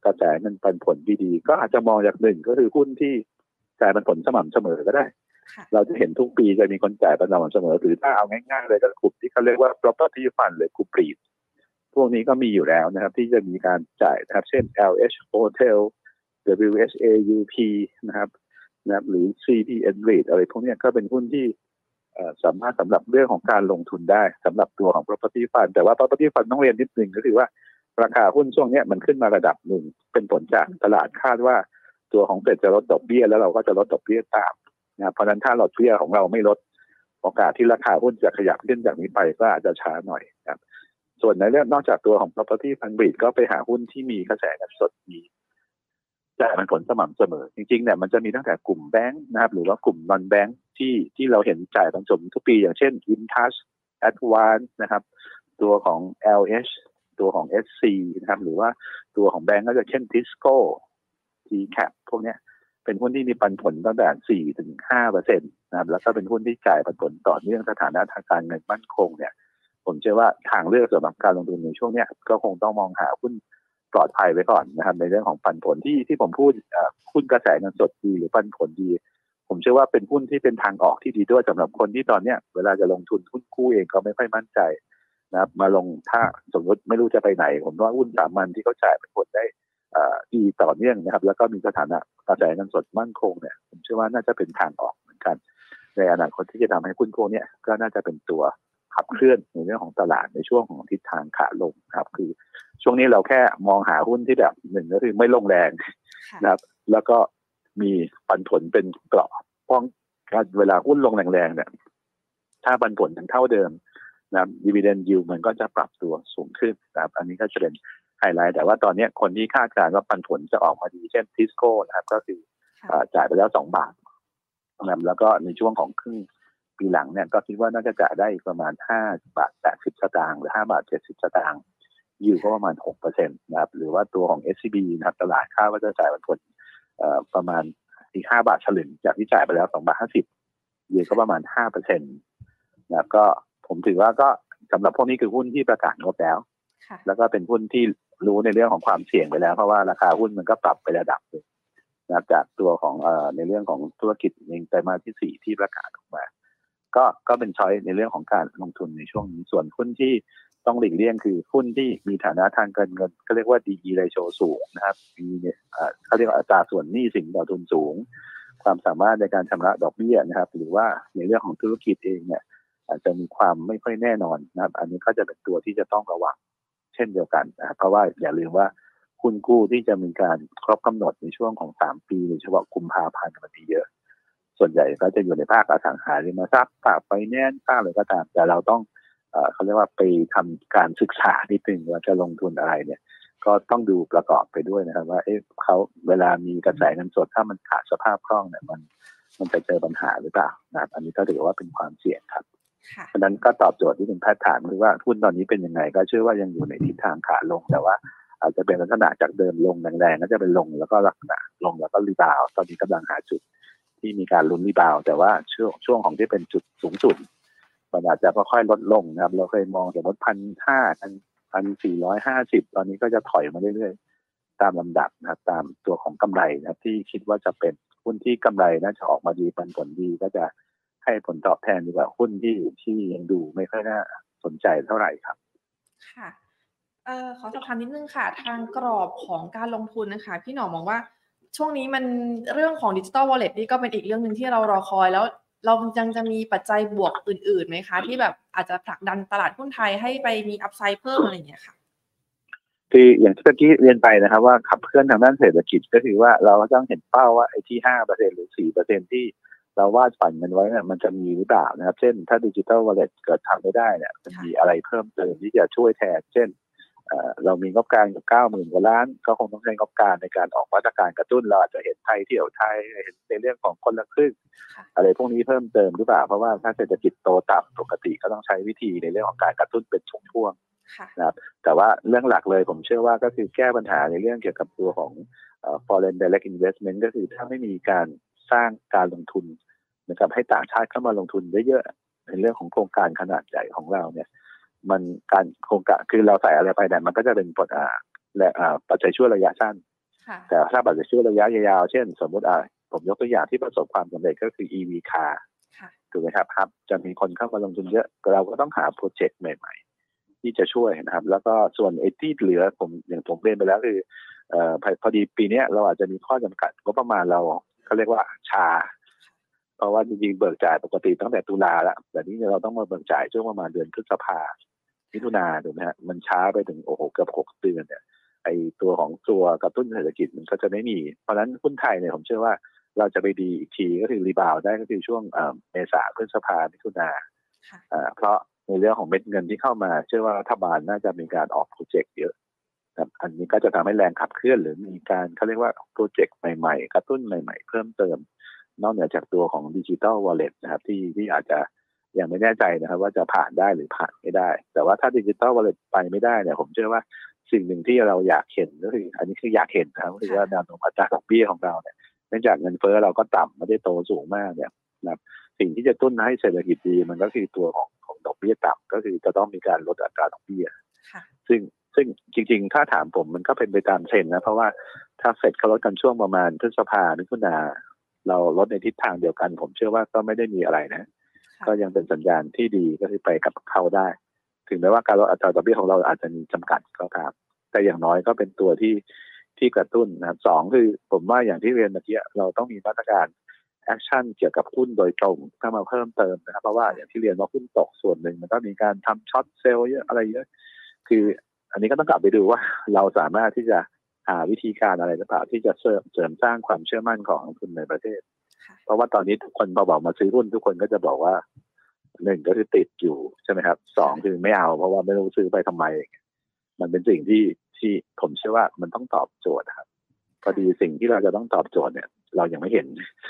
กระแสเงินปันผลดีๆก็อาจจะมองจากหนึ่งก็คือหุ้นที่จ่ายปันผลสม่ำเสมอก็ได้เราจะเห็นทุกปีจะมีคนจ่ายปันผลสม่ำเสมอหรือถ้าเอาง่ายๆเลยกับกลุ่มที่เขาเรียกว่า property fund หรือกลุ่มREITพวกนี้ก็มีอยู่แล้วนะครับที่จะมีการจ่ายนะครับเช่น LH Hotel WHAUP นะครับหรือ CPN REIT อะไรพวกนี้ก็เป็นหุ้นที่สามารถสำหรับเรื่องของการลงทุนได้สำหรับตัวของ property fund แต่ว่า property fund ต้องเรียนนิดนึงก็คือว่าราคาหุ้นช่วงนี้มันขึ้นมาระดับหนึ่งเป็นผลจากตลาดคาดว่าตัวของเฟดจะลดดอกเบี้ยแล้วเราก็จะลดดอกเบี้ยตามนะเพราะฉะนั้นถ้าดอกเบี้ยของเราไม่ลดโอกาสที่ราคาหุ้นจะขยับขึ้นจากนี้ไปก็อาจจะช้าหน่อยครับส่วนในเรื่องนอกจากตัวของ property fund REIT ก็ไปหาหุ้นที่มีกระแสเงินสดมีจ่ายผลสม่ำเสมอจริงๆเนี่ยมันจะมีตั้งแต่กลุ่มแบงค์นะครับหรือว่ากลุ่ม non bank ที่เราเห็นจ่ายผลสมทุกปีอย่างเช่น Intouch Advance นะครับตัวของ LH ตัวของ SC นะครับหรือว่าตัวของแบงก์ก็จะเช่น Tisco TCAP พวกนี้เป็นหุ้นที่มีปันผลตั้งแต่ 4-5% นะครับแล้วก็เป็นหุ้นที่จ่ายปันผลต่อเนื่องสถานะทางการเงินมั่นคงเนี่ยผมเชื่อว่าทางเลือกสำหรับการลงทุนในช่วงนี้ก็คงต้องมองหาหุ้นปลอดภัยไว้ก่อนนะครับในเรื่องของปันผลที่ผมพูดหุ้นกระแสเงินสดดีหรือปันผลดีผมเชื่อว่าเป็นหุ้นที่เป็นทางออกที่ดีด้วยสำหรับคนที่ตอนนี้เวลาจะลงทุนหุ้นกู้เองก็ไม่ค่อยมั่นใจนะครับมาลงถ้าสมมติไม่รู้จะไปไหนผมว่าหุ้นสามัญที่เขาจ่ายปันผลได้ดีต่อเนื่องนะครับแล้วก็มีสถานะกระแสเงินสดมั่นคงเนี่ยผมเชื่อว่าน่าจะเป็นทางออกเหมือนกันในอนาคตที่จะทำให้หุ้นพวกนี้ก็น่าจะเป็นตัวขับเคลื่อนในเรื่องของตลาดในช่วงของทิศทางขาลงครับคือช่วงนี้เราแค่มองหาหุ้นที่แบบหนึ่งก็คือไม่ลงแรงนะครับแล้วก็มีปันผลเป็นเกราะป้องกันเวลาหุ้นลงแรงๆเนี่ยถ้าปันผลยังเท่าเดิมนะครับ dividend yield มันก็จะปรับตัวสูงขึ้นนะครับอันนี้ก็จะเป็นไฮไลท์แต่ว่าตอนนี้คนที่คาดการณ์ว่าปันผลจะออกมาดีเช่น Tisco นะครับก็คือจ่ายไปแล้ว2 บาทนะครับแล้วก็ในช่วงของครึ่งปีหลังเนี่ยก็คิดว่าน่าจะจ่ายได้ประมาณ5 บาท 80 สตางค์หรือ5 บาท 70 สตางค์ยิวก็ประมาณ 6% นะครับหรือว่าตัวของ SCB นะครับตลาดคาดว่าจะจ่ายผลประมาณอีก5 บาทฉลึงจากที่จ่ายไปแล้ว2 บาท 50ยิวก็ประมาณ 5% นะครับก็ผมถือว่าก็สำหรับพวกนี้คือหุ้นที่ประกาศงบแล้วก็เป็นหุ้นที่รู้ในเรื่องของความเสี่ยงไปแล้วเพราะว่าราคาหุ้นมันก็ปรับไประดับนึงนะครับจากตัวของในเรื่องของธุรกิจเองไตรมาสที่4ที่ประกาศออกมาก็เป็นช้อยในเรื่องของการลงทุนในช่วงนี้ส่วนหุ้นที่ต้องหลีกเลี่ยงคือหุ้นที่มีฐานะทางการเงินก็เรียกว่า DE ratio สูงนะครับมีเขาเรียกว่าอัตราส่วนหนี้สินต่อทุนสูงความสามารถในการชำระดอกเบี้ยนะครับหรือว่าในเรื่องของธุรกิจเองเนี่ยอาจจะมีความไม่ค่อยแน่นอนนะครับอันนี้ก็จะเป็นตัวที่จะต้องระวังเช่นเดียวกันนะครับเพราะว่าอย่าลืมว่าหุ้นกู้ที่จะมีการครบกำหนดในช่วงของ3 ปีโดยเฉพาะกุมภาพันธ์มันมีเยอะส่วนใหญ่ก็จะอยู่ในภาคอสังหาริมทรัพย์ภาคไฟแนนซ์ภาคอะไรก็ตามแต่เราต้องเขาเรียกว่าไปทำการศึกษานิดนึงว่าจะลงทุนอะไรเนี่ยก็ต้องดูประกอบไปด้วยนะครับว่าเขาเวลามีกระแสเงินสดถ้ามันขาดสภาพคล่องเนี่ยมันจะเจอปัญหาหรือเปล่านะครับอันนี้ก็ถือว่าเป็นความเสี่ยงครับเพราะนั้นก็ตอบโจทย์ที่คุณแพทย์ถามคือว่าหุ้นตอนนี้เป็นยังไงก็เชื่อว่ายังอยู่ในทิศทางขาลงแต่ว่าอาจจะเป็นลักษณะจากเดิมลงแรงๆก็จะเป็นลงแล้วก็ลักษณะลงแล้วก็รีบาวตอนนี้กำลังหาจุดที่มีการลุ้นรีบาวแต่ว่าช่วงของที่เป็นจุดสูงสุดมันอาจจะค่อยๆลดลงนะครับเราเคยมองจาก1,450ตอนนี้ก็จะถอยมาเรื่อยๆตามลำดับนะครับตามตัวของกำไรนะครับที่คิดว่าจะเป็นหุ้นที่กำไรน่าจะออกมาดีปันผลดีก็จะให้ผลตอบแทนดีกว่าหุ้นที่ยังดูไม่ค่อยน่าสนใจเท่าไหร่ครับค่ะขอสอบถามนิดนึงค่ะทางกรอบของการลงทุนนะคะพี่หน่อมองว่าช่วงนี้มันเรื่องของ Digital Wallet นี่ก็เป็นอีกเรื่องนึงที่เรารอคอยแล้วเรายังจะมีปัจจัยบวกอื่นๆไหมคะที่แบบอาจจะผลักดันตลาดหุ้นไทยให้ไปมีอัพไซด์เพิ่มอะไรอย่างเงี้ยค่ะคืออย่างที่เมื่อกี้เรียนไปนะครับว่าขับเคลื่อนทางด้านเศรษฐกิจก็คือว่าเราต้องเห็นเป้าว่าไอ้ที่ 5% หรือ 4% ที่เราวาดฝันกันไว้เนี่ยมันจะมีหรือเปล่านะครับเช่นถ้า Digital Wallet เกิดทำไม่ได้เนี่ยมันมีอะไรเพิ่มเติมที่จะช่วยแทนเช่นเรามีงบการอยู่ 90,000 กว่าล้านก็คงต้องใช้งบการในการออกมาตรการกระตุ้นเราอาจจะเห็นไทยเที่ยวไทยเห็นในเรื่องของคนละครึ่งอะไรพวกนี้เพิ่มเติมหรือเปล่าเพราะว่าถ้าเศรษฐกิจโตต่ำปกติก็ต้องใช้วิธีในเรื่องของการกระตุ้นเป็นช่วงๆนะครับแต่ว่าเรื่องหลักเลยผมเชื่อว่าก็คือแก้ปัญหาในเรื่องเกี่ยวกับตัวของforeign direct investment ก็คือถ้าไม่มีการสร้างการลงทุนนะครับให้ต่างชาติเข้ามาลงทุนเยอะๆในเรื่องของโครงการขนาดใหญ่ของเราเนี่ยมันการโครงการคือเราใส่อะไรไปเนี่ยมันก็จะเป็นผลและปัจจัยช่วยระยะสั้นแต่ถ้าบัตรช่วยระยะยาวๆเช่นสมมติผมยกตัวอย่างที่ประสบความสำเร็จก็คือ EV car ถูกไหมครับจะมีคนเข้ามาลงทุนเยอะเราก็ต้องหาโปรเจกต์ใหม่ๆที่จะช่วยนะครับแล้วก็ส่วนไอ้ที่เหลืออย่างผมเรียนไปแล้วคือพอดีปีนี้เราอาจจะมีข้อจำกัดงบประมาณเราเขาเรียกว่าช้าเพราะว่าจริงๆเบิกจ่ายปกติตั้งแต่ตุลาแล้วแต่นี้เราต้องมาเบิกจ่ายช่วงประมาณเดือนพฤษภามิถุนาถูกไหมฮะมันช้าไปถึงเกือบ6 เดือนเนี่ยไอตัวของตัวกระตุ้นเศรษฐกิจมันก็จะไม่มีเพราะฉะนั้นหุ้นไทยเนี่ยผมเชื่อว่าเราจะไปดีอีกทีก็คือรีบาวได้ก็คือช่วงเมษาพฤษภามิถุนาเพราะในเรื่องของเม็ดเงินที่เข้ามาเชื่อว่ารัฐบาลน่าจะมีการออกโปรเจกต์เยอะครับอันนี้ก็จะทำให้แรงขับเคลื่อนหรือมีการเขาเรียกว่าโปรเจกต์ใหม่ๆกระตุ้นใหม่ๆเพิ่มเติมนอกเหนือจากตัวของดิจิทัลวอลเล็ตนะครับที่อาจจะยังไม่แน่ใจนะครับว่าจะผ่านได้หรือผ่านไม่ได้แต่ว่าถ้าดิจิทัลวอลเล็ตไปไม่ได้เนี่ยผมเชื่อว่าสิ่งหนึ่งที่เราอยากเห็นก็คืออันนี้คืออยากเห็นนะครับคือว่าแนวโน้มอัตราดอกเบี้ยของเราเนี่ยเนื่องจากเงินเฟ้อเราก็ต่ำไม่ได้โตสูงมากเนี่ยนะครับสิ่งที่จะตุ้นให้เศรษฐกิจดีมันก็คือตัวของดอกเบี้ยต่ำก็คือจะต้องมีการลดอัตราดอกเบี้ยซึ่งจริงๆถ้าถามผมมันก็เป็นไปตามเทรนด์นะเพราะว่าถ้าเฟดเขาลดกันช่วงประมาณพฤษภามิถุนาเราลดในทิศทางเดียวกันผมเชื่อว่าก็ไม่ได้มีอะไรนะก็ยังเป็นสัญญาณที่ดีก็คือไปกับเข้าได้ถึงแม้ว่าการลดอัตราดอกเบี้ยของเราอาจจะมีจำกัดก็ตามแต่อย่างน้อยก็เป็นตัวที่กระตุ้นนะครับสองคือผมว่าอย่างที่เรียนเมื่อกี้เราต้องมีมาตรการแอคชั่นเกี่ยวกับหุ้นโดยตรงเข้ามาเพิ่มเติมนะครับเพราะว่าอย่างที่เรียนว่าหุ้นตกส่วนหนึ่งมันก็มีการทำช็อตเซลล์เยอะอะไรเยอะคืออันนี้ก็ต้องกลับไปดูว่าเราสามารถที่จะหาวิธีการอะไรหรือเปล่าที่จะเสริมสร้างความเชื่อมั่นของนักลงทุนในประเทศเพราะว่าตอนนี้ทุกคนพอบอกมาซื้อหุ้นทุกคนก็จะบอกว่าหนึ่งก็คือติดอยู่ใช่ไหมครับสองคือไม่เอาเพราะว่าไม่รู้ซื้อไปทำไมมันเป็นสิ่งที่ผมเชื่อว่ามันต้องตอบโจทย์ครับพอดีสิ่งที่เราจะต้องตอบโจทย์เนี่ยเรายังไม่เห็น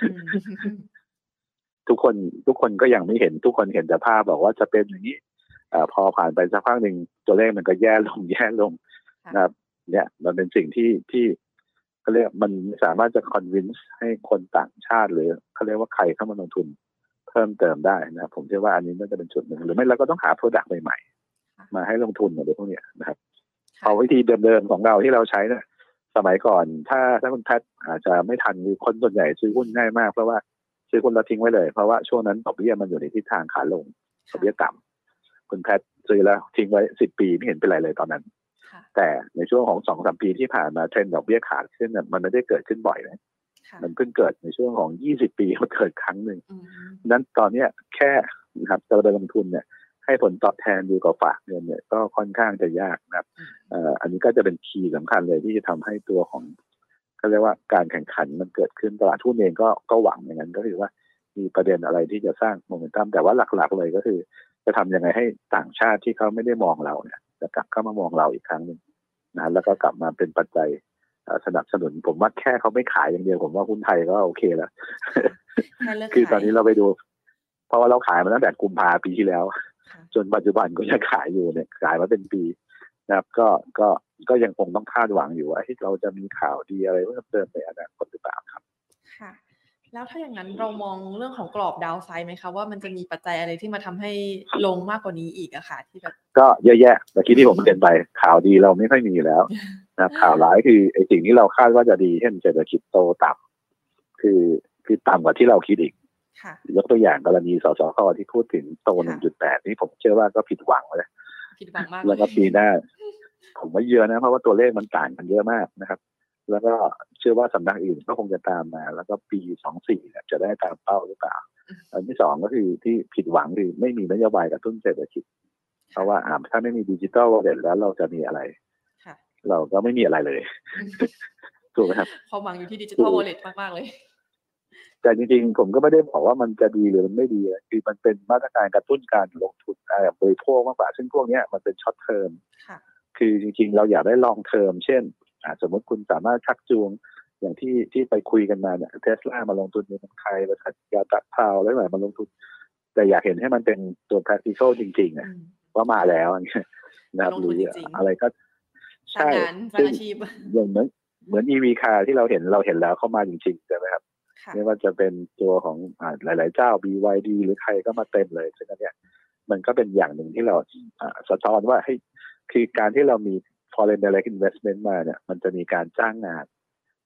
ทุกคนก็ยังไม่เห็นทุกคนเห็นแต่ภาพบอกว่าจะเป็นอย่างนี้พอผ่านไปสักพักหนึ่งตัวเลขมันก็แย่ลงนะครับเนี่ยมันเป็นสิ่งที่เขาเรียกมันสามารถจะคอนวินส์ให้คนต่างชาติหรือเขาเรียกว่าใครเข้ามาลงทุนเพิ่มเติมได้นะครับผมเชื่อว่าอันนี้น่าจะเป็นจุดหนึ่งหรือไม่เราก็ต้องหาโปรดักต์ใหม่ๆมาให้ลงทุนอะไรพวกนี้นะครับพอวิธีเดิมๆของเราที่เราใช้เนี่ยสมัยก่อนถ้าคุณแพทอาจจะไม่ทันคือคนส่วนใหญ่ซื้อหุ้นง่ายมากเพราะว่าซื้อหุ้นแล้วทิ้งไว้เลยเพราะว่าช่วงนั้นดอกเบี้ยมันอยู่ในทิศทางขาลงดอกเบี้ยต่ำคุณแพทซื้อแล้วทิ้งไว้10 ปีไม่เห็นเป็นไรเลยตอนนั้นแต่ในช่วงของ 2-3 ปีที่ผ่านมาเทรนด์ดอกเบี้ยขาขึ้นเนี่ยมันไม่ได้เกิดขึ้นบ่อยนะมันเพิ่งเกิดในช่วงของ20 ปีมันเกิดครั้งหนึ่งนั้นตอนนี้แค่นะครับจะไปลงทุนเนี่ยให้ผลตอบแทนดีกว่าฝากเงินเนี่ยก็ค่อนข้างจะยากนะครับอันนี้ก็จะเป็นคีย์สำคัญเลยที่จะทำให้ตัวของเขาเรียกว่าการแข่งขันมันเกิดขึ้นตลาดหุ้นเองก็หวังอย่างนั้นก็คือว่ามีประเด็นอะไรที่จะสร้างโมเมนตัมแต่ว่าหลักๆเลยก็คือจะทำยังไงให้ต่างชาติที่เขาไม่ได้มองเราเนี่ยจะกลับเข้ามามองเราอีกครั้งหนึ่งนะแล้วก็กลับมาเป็นปัจจัยสนับสนุนผมว่าแค่เขาไม่ขายอย่างเดียวผมว่าหุ้นไทยก็โอเคแล้ว คือตอนนี้เราไปดูเพราะว่าเราขายมาตั้งแต่กุมภาพันธ์ปีที่แล้วจนปัจจุบันก็ยังขายอยู่เนี่ยขายมาเป็นปีนะครับก็ยังคงต้องคาดหวังอยู่ว่าเราจะมีข่าวดีอะไรเพิ่มเติมในอนาคตหรือเปล่าครับค่ะแล้วถ้าอย่างนั้นเรามองเรื่องของกรอบดาวไซด์ไหมคะว่ามันจะมีปัจจัยอะไรที่มาทำให้ลงมากกว่านี้อีกอะค่ะที่แบบก็เยอะแยะเมื่อกี้ที่ผมเรียนไปข่าวดีเราไม่ค่อยมีแล้วนะข่าวร้ายคือไอ้สิ่งที่เราคาดว่าจะดีเช่นเศรษฐกิจโตต่ำคือต่ำกว่าที่เราคิดอีกยกตัวอย่างกรณีสสคที่พูดถึงโต 1.8 นี่ผมเชื่อว่าก็ผิดหวังเลยผิดหวังมากแล้วก็ปีหน้าผมว่าเยอะนะเพราะว่าตัวเลขมันต่างกันเยอะมากนะครับแล้วก็เชื่อว่าสำนักอื่นก็คงจะตามมาแล้วก็ปี24เนี่ยจะได้ตามเป้าหรือเปล่าอันที่สองก็คือที่ผิดหวังคือไม่มีนโยบายกระตุ้นเศรษฐกิจเพราะว่าถ้าไม่มีดิจิทัลวอลเล็ตแล้วเราจะมีอะไรเราก็ไม่มีอะไรเลยถูกไหมครับความหวังอยู่ที่ดิจิทัลวอลเล็ตมากๆเลยแต่จริงๆผมก็ไม่ได้บอกว่ามันจะดีหรือมันไม่ดีคือมันเป็นมาตรการกระตุ้นการลงทุนบริโภคมากกว่าซึ่งพวกนี้มันเป็นช็อตเทอมคือจริงๆเราอยากได้ลองเทอมเช่นสมมติคุณสามารถชักจูงอย่างที่ไปคุยกันมาเนี่ยเทสลามาลงทุนในเมืองไทยบริษัทยาตัดเทาแล้วมาลงทุนแต่อยากเห็นให้มันเป็นตัว practical จริงๆว่ามาแล้วนะครับหรืออะไรก็ใช่สร้างอาชีพอย่างเหมือน EV car ที่เราเห็นแล้วเข้ามาจริงๆใช่ไหมครับไม่ว่าจะเป็นตัวของหลายๆเจ้า BYD หรือใครก็มาเต็มเลยฉะนั้นเนี่ยมันก็เป็นอย่างหนึ่งที่เราสะท้อนว่าให้คือการที่เรามี foreign direct investment มาเนี่ยมันจะมีการจ้างงาน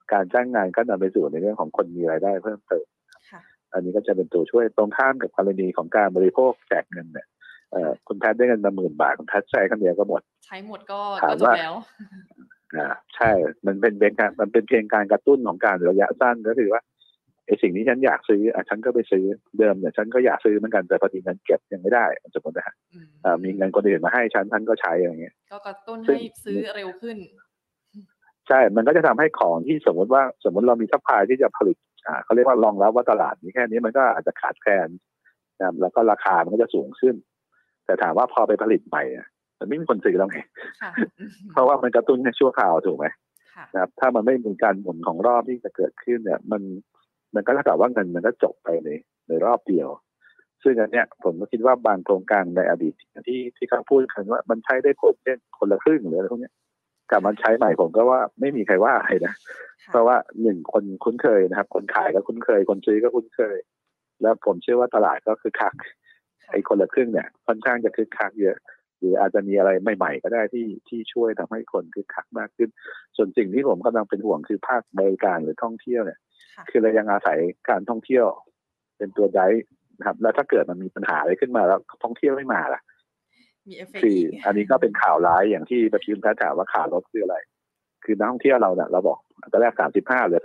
การจ้างงานก็นำไปสู่ในเรื่องของคนมีรายได้เพิ่มเติมอันนี้ก็จะเป็นตัวช่วยตรงข้ามกับกรณีของการบริโภคแจกเงินเนี่ยคุณแพทย์ได้เงินมา10,000 บาทคุณแพทย์ใช้ครั้งเดียวก็หมดใช้หมดก็จบแล้วใช่มันเป็นเพียงการกระตุ้นของการระยะสั้นก็คือว่าไอ้สิ่งที่ฉันอยากซื้อฉันก็ไปซื้อเดิมเนี่ยฉันก็อยากซื้อเหมือนกันแต่พอดีเงินเก็บยังไม่ได้สมมตินะฮะมีเงินคนอื่นมาให้ฉันก็ใช้อย่างเงี้ยก็กระตุ้นให้ซื้อเร็วขึ้นใช่มันก็จะทำให้ของที่สมมติเรามีซัพพลายที่จะผลิตเขาเรียกว่ารองรับว่าตลาดนี้แค่นี้มันก็อาจจะขาดแคลนนะแล้วก็ราคามันก็จะสูงขึ้นแต่ถามว่าพอไปผลิตใหม่มันไม่มีคนซื้อแล้วไงเพราะว่ามันกระตุ้นในชั่วคราวถูกไหมนะครับถ้ามันไม่มีการหมุนของรอบที่จะเกิดขึ้นเนี่ยมันก็เท่ากับว่าเงินมันก็จบไปในรอบเดียวซึ่งอันเนี้ยผมก็คิดว่าบางโครงการในอดีตที่เขาพูดกันว่ามันใช้ได้ผลเช่นคนละครึ่งหรืออะไรพวกนี้กลับมาใช้ใหม่ผมก็ว่าไม่มีใครว่าอะไรนะเพราะว่า1คนคุ้นเคยนะครับคนขายก็คุ้นเคยคนซื้อก็คุ้นเคยแล้วผมเชื่อว่าตลาดก็คือคักไอ้คนละครึ่งเนี่ยค่อนข้างจะคึกคักเยอะหรืออาจจะมีอะไรใหม่ๆก็ได้ที่ช่วยทำให้คนคึกคักมากขึ้นส่วนสิ่งที่ผมกำลังเป็นห่วงคือภาคบริการหรือท่องเที่ยวเนี่ยคือเรายังอาศัยการท่องเที่ยวเป็นตัวไดร์นะครับแล้วถ้าเกิดมันมีปัญหาอะไรขึ้นมาแล้วท่องเที่ยวไม่มาล่ะคืออันนี้ก็เป็นข่าวร้ายอย่างที่ประชุมท่านถามว่าข่าวลดคืออะไรคือนักท่องเที่ยวเราเนี่ยเราบอกตอนแรก35เหลือ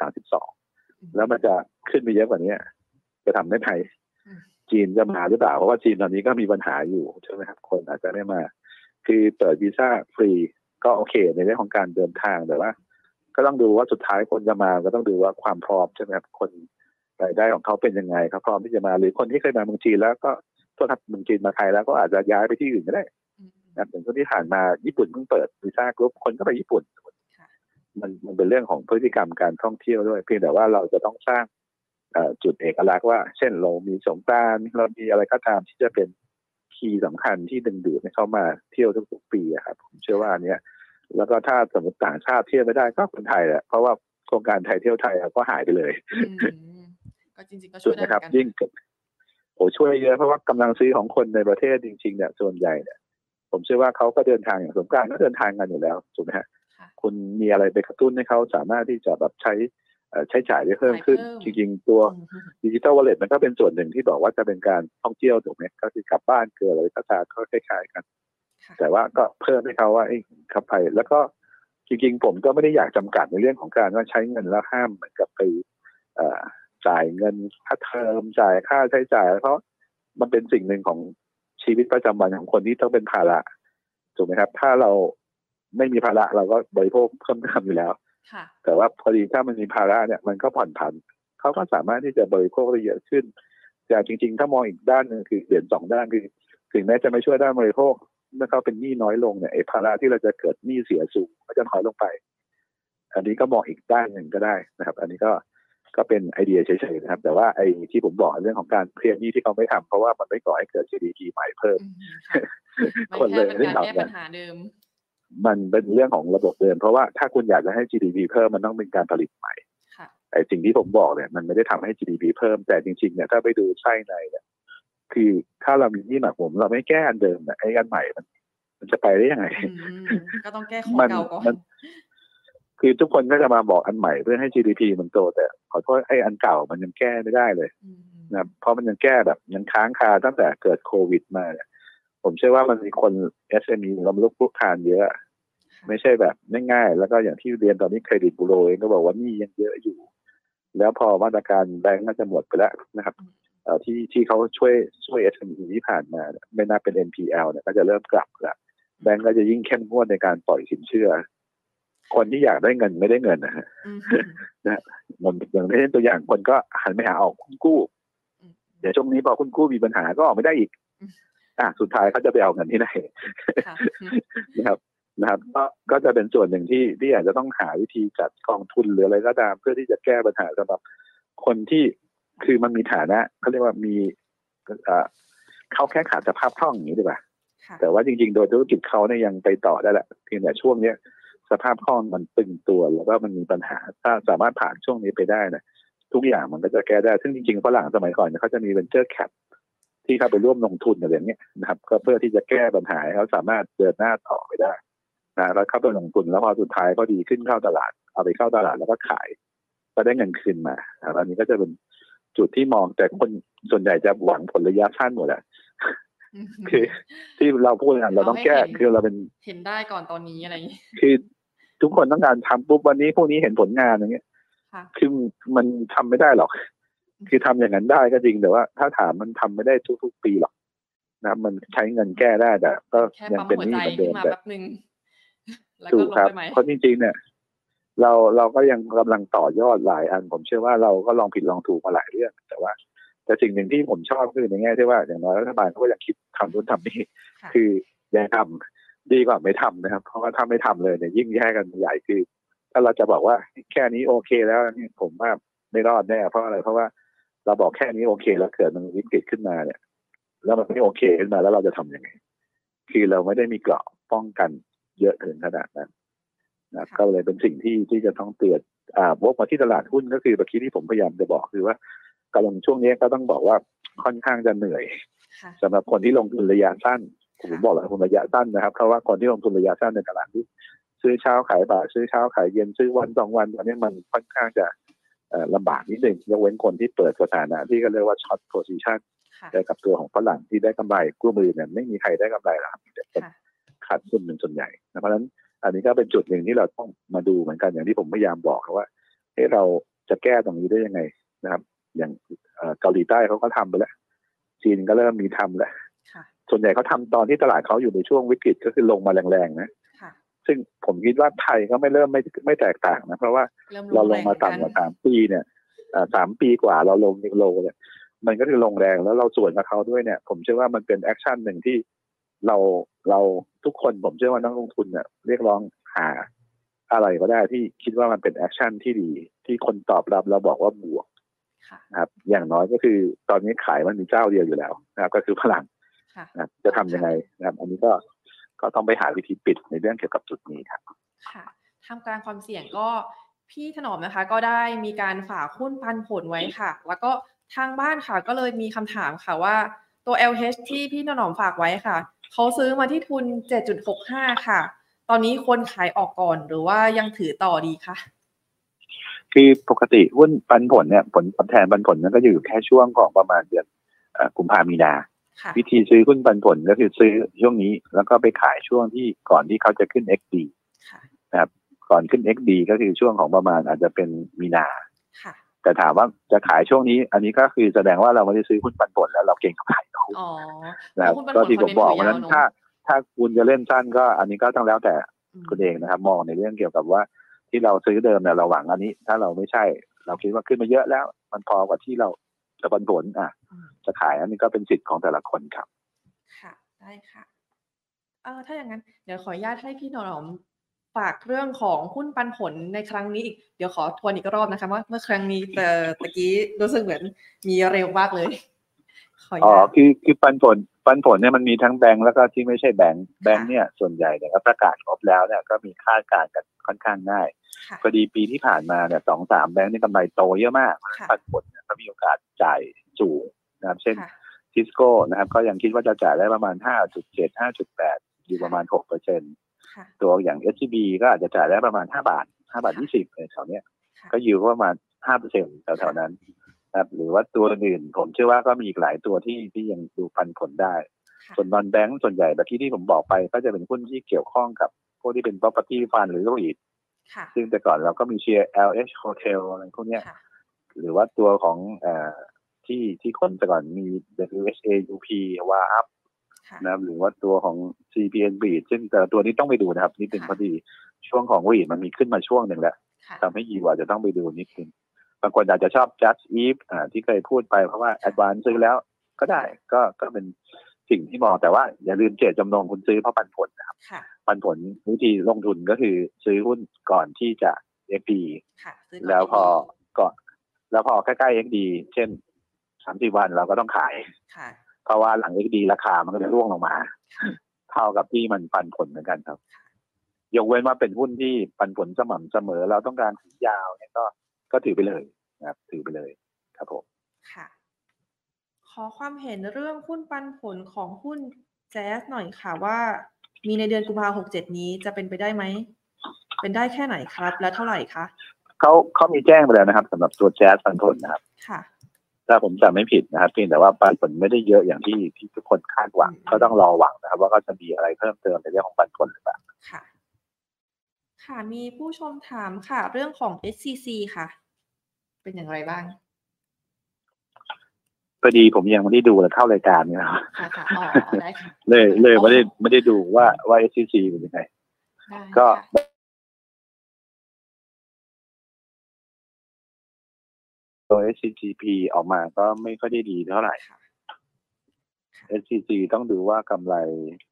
32แล้วมันจะขึ้นไปเยอะกว่านี้จะทำได้ไหมจีนจะมาหรือเปล่าเพราะว่าจีนตอนนี้ก็มีปัญหาอยู่ใช่ไหมครับคนอาจจะไม่มาคือเปิดวีซ่าฟรีก็โอเคในเรื่องของการเดินทางแต่ว่าก็ต้องดูว่าสุดท้ายคนจะมาก็ต้องดูว่าความพร้อมใช่ไหมครับคนรายได้ของเขาเป็นยังไงเขาพร้อมที่จะมาหรือคนที่เคยมาเมืองจีนแล้วก็ตัวทับเมืองจีนมาไทยแล้วก็อาจจะย้ายไปที่อื่นก็ได้นะอย่างที่ผ่านมาญี่ปุ่นเพิ่งเปิดวีซ่ากรุ๊ปคนก็ไปญี่ปุ่นมันเป็นเรื่องของพฤติกรรมการท่องเที่ยวด้วยเพียงแต่ว่าเราจะต้องสร้างจุดเอกลักษณ์ว่าเช่นเรามีสงกรานต์เรามีอะไรก็ตามที่จะเป็นคีย์สำคัญที่ดึงดูดให้เขามาเที่ยวทุกๆปีครับผมเชื่อว่าเนี้ยแล้วก็ถ้าสมมติต่างชาติเที่ยวไม่ได้ก็คนไทยแหละเพราะว่าโครงการไทยเที่ยวไทยก็หายไปเลยก็จริงๆก็ช่วยได้นะครับยิ่งช่วยเยอะเพราะว่ากำลังซื้อของคนในประเทศจริงๆเนี่ยส่วนใหญ่เนี่ยผมเชื่อว่าเขาก็เดินทางอย่างสงกรานต์ก็เดินทางกันอยู่แล้วถูกไหมฮะคุณมีอะไรไปกระตุ้นให้เขาสามารถที่จะแบบใช้จ่ายได้เพิ่มขึ้นจริงๆตัวดิจิทัลวอลเล็ตมันก็เป็นส่วนหนึ่งที่บอกว่าจะเป็นการท่องเที่ยวถูกไหมก็คือกลับบ้านเกิดอะไรก็ตามก็คล้ายๆกันแต่ว่าก็เพิ่มให้เขาว่าขับไปแล้วก็จริงๆผมก็ไม่ได้อยากจำกัดในเรื่องของการว่าใช้เงินแล้วห้ามเหมือนกับไปจ่ายเงินค่าเทอมจ่ายค่าใช้จ่ายเพราะมันเป็นสิ่งหนึ่งของชีวิตประจำวันของคนที่ต้องเป็นภาระถูกไหมครับถ้าเราไม่มีภาระเราก็บริโภคเพิ่มเติมอยู่แล้วแต่ว่าพอดีถ้ามันมีภาระเนี่ยมันก็ผ่อนผันเขาก็สามารถที่จะบริโภคได้เยอะขึ้นแต่จริงๆถ้ามองอีกด้านนึงคือเหรียญ2ด้านคือถึงแม้จะไม่ช่วยด้านบริโภคเมื่อเขาเป็นหนี้น้อยลงเนี่ยไอ้ภาระที่เราจะเกิดหนี้เสียสูงก็จะน้อยลงไปอันนี้ก็มองอีกด้านหนึ่งก็ได้นะครับอันนี้ก็เป็นไอเดียเฉยๆนะครับแต่ว่าไอ้ที่ผมบอกเรื่องของการเคลียร์หนี้ที่เขาไม่ทำเพราะว่ามันไม่ก่อให้เกิด GDP ใหม่เพิ่มคนเลยไม่ตอบปัญหาเดิมมันเป็นเรื่องของระบบเดิมเพราะว่าถ้าคุณอยากจะให้ GDP เพิ่มมันต้องเป็นการผลิตใหม่ไอ้สิ่งที่ผมบอกเนี่ยมันไม่ได้ทำให้ GDP เพิ่มแต่จริงๆเนี่ยถ้าไปดูไส้ในเนี่ยคือถ้าเรามีหนี้หนักผมเราไม่แก้อันเดิมเนี่ยไอ้อันใหม่มันจะไปได้ยังไงก็ต้องแก้ของเก่าก่อนคือทุกคนก็จะมาบอกอันใหม่เพื่อให้ GDP มันโตแต่ขอโทษไอ้อันเก่ามันยังแก้ไม่ได้เลยนะเพราะมันยังแก้แบบยังค้างคาตั้งแต่เกิดโควิดมาเนี่ยผมเชื่อว่ามันมีคน SME ล้มลุกคลุกคลานเยอะไม่ใช่แบบง่ายๆแล้วก็อย่างที่เรียนตอนนี้เครดิตบูโรเองก็บอกว่านี่ยังเยอะอยู่แล้วพอมาตรการแบงก์ก็จะหมดไปแล้วนะครับที่เขาช่วย SME ที่ผ่านมาไม่น่าเป็น NPL เนี่ยก็จะเริ่มกลับแล้วแบงก์ก็จะยิ่งเข้มงวดในการปล่อยสินเชื่อคนที่อยากได้เงินไม่ได้เงินนะฮะมันอย่างเช่นตัวอย่างคนก็หันไปหาออกคุณกู้เดี๋ยวช่วงนี้พอคุณกู้มีปัญหาก็ออกไม่ได้อีกสุดท้ายเขาจะไปเอาเงินที่ไหนนะครับก็จะเป็นส่วนหนึ่งที่อาจจะต้องหาวิธีจัดกองทุนหรืออะไรก็ตามเพื่อที่จะแก้ปัญหาสำหรับคนที่คือมันมีฐานะเขาเรียกว่ามีเขาแค่ขาดสภาพคล่องอย่างนี้ดีกว่าแต่ว่าจริงๆโดยธุรกิจเขาเนี่ยยังไปต่อได้แหละเพียงแต่ช่วงนี้สภาพคล่องมันตึงตัวแล้วก็มันมีปัญหาถ้าสามารถผ่านช่วงนี้ไปได้นะทุกอย่างมันก็จะแก้ได้ซึ่งจริงๆฝรั่งสมัยก่อนเขาจะมี venture cap ที่เข้าไปร่วมลงทุนอะไรอย่างเงี้ยนะครับก็เพื่อที่จะแก้ปัญหาให้เขาสามารถเดินหน้าต่อไปได้นะแล้วเข้าไปลงทุนแล้วพอสุดท้ายก็ดีขึ้นเข้าตลาดเอาไปเข้าตลาดแล้วก็ขายก็ได้เงินคืนมาอันนี้ก็จะเป็นจุดที่มองแต่คนส่วนใหญ่จะหวังผลระยะสั้นหมดแหละคือที่เราพูดกันเราต้องแก้คือเราเป็นเห็นได้ก่อนตอนนี้อะไรอย่างนี้คือทุกคนต้องการทำปุ๊บวันนี้พวกนี้เห็นผลงานอย่างเงี้ยคือมันทำไม่ได้หรอกคือทำอย่างนั้นได้ก็จริงแต่ว่าถ้าถามมันทำไม่ได้ทุกปีหรอกนะมันใช้เงินแก้ได้แต่ก็ยังเป็นหนี้เหมือนเดิมแต่ถูกครับเพราะจริงๆเนี่ยเราก็ยังกำลังต่อยอดหลายอันผมเชื่อว่าเราก็ลองผิดลองถูกมาหลายเรื่องแต่สิ่งหนึ่งที่ผมชอบคือในแง่ที่ว่าอย่างน้อยรัฐบาลเขาก็ยังคิดทำนู่นทำนี่คือยังทำดีกว่าไม่ทำนะครับเพราะว่าถ้าไม่ทำเลยเนี่ยยิ่งแย่กันใหญ่คือถ้าเราจะบอกว่าแค่นี้โอเคแล้วนี่ผมว่าไม่รอดแน่เพราะอะไรเพราะว่าเราบอกแค่นี้โอเคแล้วเกิดมันวิกฤตขึ้นมาเนี่ยแล้วมันไม่โอเคขึ้นมาแล้วเราจะทำยังไงคือเราไม่ได้มีเกราะป้องกันเยอะถึงขนาดนั้นนะก็เลยเป็นสิ่งที่จะต้องเตือนวกมาที่ตลาดหุ้นก็คือเมื่อกี้ที่ผมพยายามจะบอกคือว่ากำลังช่วงนี้ก็ต้องบอกว่าค่อนข้างจะเหนื่อยสำหรับคนที่ลงทุนระยะสั้นผมบอกแล้วลงทุนระยะสั้นนะครับเพราะว่าคนที่ลงทุนระยะสั้นในตลาดหุ้นซื้อเช้าขายบ่ายซื้อเช้าขายเย็นซื้อวัน2 วันตอนนี้มันค่อนข้างจะลำบากนิดนึงยกเว้นคนที่เปิดสถานะที่ก็เรียกว่าช็อตโพซิชันได้กับตัวของฝรั่งที่ได้กำไรกู้มือเนี่ยไม่มีใครได้กำไรหรอกแต่ขาดทุนเป็นส่วนใหญ่เพราะฉะนั้นอันนี้ก็เป็นจุดหนึ่งที่เราต้องมาดูเหมือนกันอย่างที่ผมพยายามบอกว่าเราจะแก้ตรงนี้ได้ยังไงนะครับอย่างเกาหลีใต้เขาก็ทำไปแล้วจีนก็เริ่มมีทำแล้วส่วนใหญ่เขาทำตอนที่ตลาดเขาอยู่ในช่วงวิกฤตก็คือลงมาแรงๆนะซึ่งผมคิดว่าไทยก็ไม่แตกต่างนะเพราะว่าเราลงมาต่ำกว่า3 ปีเนี่ย3 ปีกว่าเราลงนิโลเนี่ยมันก็คือลงแรงแล้วเราสวนกับเขาด้วยเนี่ยผมเชื่อว่ามันเป็นแอคชั่นหนึ่งที่เราทุกคนผมเชื่อว่านักลงทุนเนี่ยเรียกร้องหาอะไรก็ได้ที่คิดว่ามันเป็นแอคชั่นที่ดีที่คนตอบรับเราบอกว่าบวกนะครับอย่างน้อยก็คือตอนนี้ขายมันมีเจ้าเดียวอยู่แล้วนะครับก็คือพลังนะจะทำยังไงนะครับอันนี้ก็ต้องไปหาวิธีปิดในเรื่องเกี่ยวกับจุดนี้ครับค่ะท่ามกลางความเสี่ยงก็พี่ถนอมนะคะก็ได้มีการฝากหุ้นปันผลไว้ค่ะแล้วก็ทางบ้านค่ะก็เลยมีคำถามค่ะว่าตัว LH ที่พี่ถนอมฝากไว้ค่ะเขาซื้อมาที่ทุน 7.65 ค่ะตอนนี้ควรขายออกก่อนหรือว่ายังถือต่อดีคะคือปกติหุ้นปันผลเนี่ยผลตอบแทนปันผลนั้นก็อยู่แค่ช่วงของประมาณเดือนกุมภาพันธ์มีนาวิธีซื้อหุ้นปันผลก็คือซื้อช่วงนี้แล้วก็ไปขายช่วงที่ก่อนที่เขาจะขึ้น XD นะครับก่อนขึ้น XD ก็คือช่วงของประมาณอาจจะเป็นมีนาแต่ถามว่าจะขายช่วงนี้อันนี้ก็คือแสดงว่าเราไม่ได้ซื้อหุ้นปันผลแล้วเราเก็งกำไรเขานะครับก็ที่ผมบอกว่านั้นถ้าคุณจะเล่นสั้นก็อันนี้ก็ต้องแล้วแต่คุณเองนะครับมองในเรื่องเกี่ยวกับว่าที่เราซื้อเดิมเนี่ยเราหวังอันนี้ถ้าเราไม่ใช่เราคิดว่าขึ้นมาเยอะแล้วมันพอกว่าที่เราจะปันผลจะขายอันนี้ก็เป็นสิทธิ์ของแต่ละคนครับค่ะได้ค่ะถ้าอย่างนั้นเดี๋ยวขออนุญาตให้พี่หนอมฝากเรื่องของหุ้นปันผลในครั้งนี้อีกเดี๋ยวขอทวนอีกรอบนะคะว่าเมื่อครั้งนี้ตะกี้รู้สึกเหมือนมีเร็วมากเลยคือปันผลเนี่ยมันมีทั้งแบงก์แล้วก็ที่ไม่ใช่แบงก์เนี่ยส่วนใหญ่เนี่ยก็ประกาศงบแล้วเนี่ยก็มีคาดการณ์กันค่อนข้างง่ายพอดีปีที่ผ่านมาเนี่ย 2-3 แบงก์นี่กำไรโตเยอะมากปันผลเนี่ยก็มีโอกาสจ่ายสูงนะครับเช่นซิสโก้นะครับก็ยังคิดว่าจะจ่ายได้ประมาณ 5.7 5.8 อยู่ประมาณ 6%ตัวอย่าง SCB ก็อาจจะจ่ายได้ประมาณ5 บาท20ในแถวเนี้ยก็อยู่ประมาณ 5% แถวๆนั้นครับหรือว่าตัวอื่นผมเชื่อว่าก็มีอีกหลายตัวที่ยังดูปันผลได้ส่วนนอนแบงก์ส่วนใหญ่แบบที่ผมบอกไปก็จะเป็นหุ้นที่เกี่ยวข้องกับพวกที่เป็น property fund หรือ REIT ซึ่งแต่ก่อนเราก็มีเชียร์ LH Hotel อะไรพวกนี้หรือว่าตัวของที่คนแต่ก่อนมี WHAUP ว่าอัพนะหรือว่าตัวของ CPN REIT ซึ่งแต่ตัวนี้ต้องไปดูนะครับนิดนึงพอดีช่วงของ REIT มันมีขึ้นมาช่วงหนึ่งแล้วทำให้ยีว่าจะต้องไปดูนิดนึงบางคนอาจจะชอบ Just Eat ที่เคยพูดไปเพราะว่า Advance ซื้อแล้วก็ได้ก็เป็นสิ่งที่มองแต่ว่าอย่าลืมเจตจำนงคุณซื้อเพราะปันผลนะครับปันผลวิธีลงทุนก็คือซื้อหุ้นก่อนที่จะ XD แล้วพอใกล้ๆ XD เช่น30 วันเราก็ต้องขายเพราะว่าหลัง XD ราคามันก็จะร่วงลงมาเท่ากับที่มันปันผลเหมือนกันครับยกเว้นว่าเป็นหุ้นที่ปันผลสม่ำเสมอเราต้องการถือยาวเนี่ยก็ถือไปเลยนะครับถือไปเลยครับผมค่ะขอความเห็นเรื่องหุ้นปันผลของหุ้นแจ๊สหน่อยค่ะว่ามีในเดือนกุมภาพันธ์67นี้จะเป็นไปได้ไหมเป็นได้แค่ไหนครับและเท่าไหร่คะเขามีแจ้งไปแล้วนะครับสำหรับตัวแจ๊สปันผลนะครับถ้าผมจำไม่ผิดนะครับเพียงแต่ว่าปันผลไม่ได้เยอะอย่างที่ทุกคนคาดหวังก็ต้องรอหวังนะครับว่าเขาจะมีอะไรเพิ่มเติมในเรื่องของปันผลหรือเปล่าค่ะมีผู้ชมถามค่ะเรื่องของ SCC ค่ะเป็นอย่างไรบ้างพอดีผมยังไม่ได้ดูเลยเข้ารายการนี่นะครับค่ะอ๋อได้ค่ะเลยไม่ได้ดูว่า SCC เป็นยังไงก็ตัว SCGP ออกมาก็ไม่ค่อยได้ดีเท่าไหร่ SCG ต้องดูว่ากำไร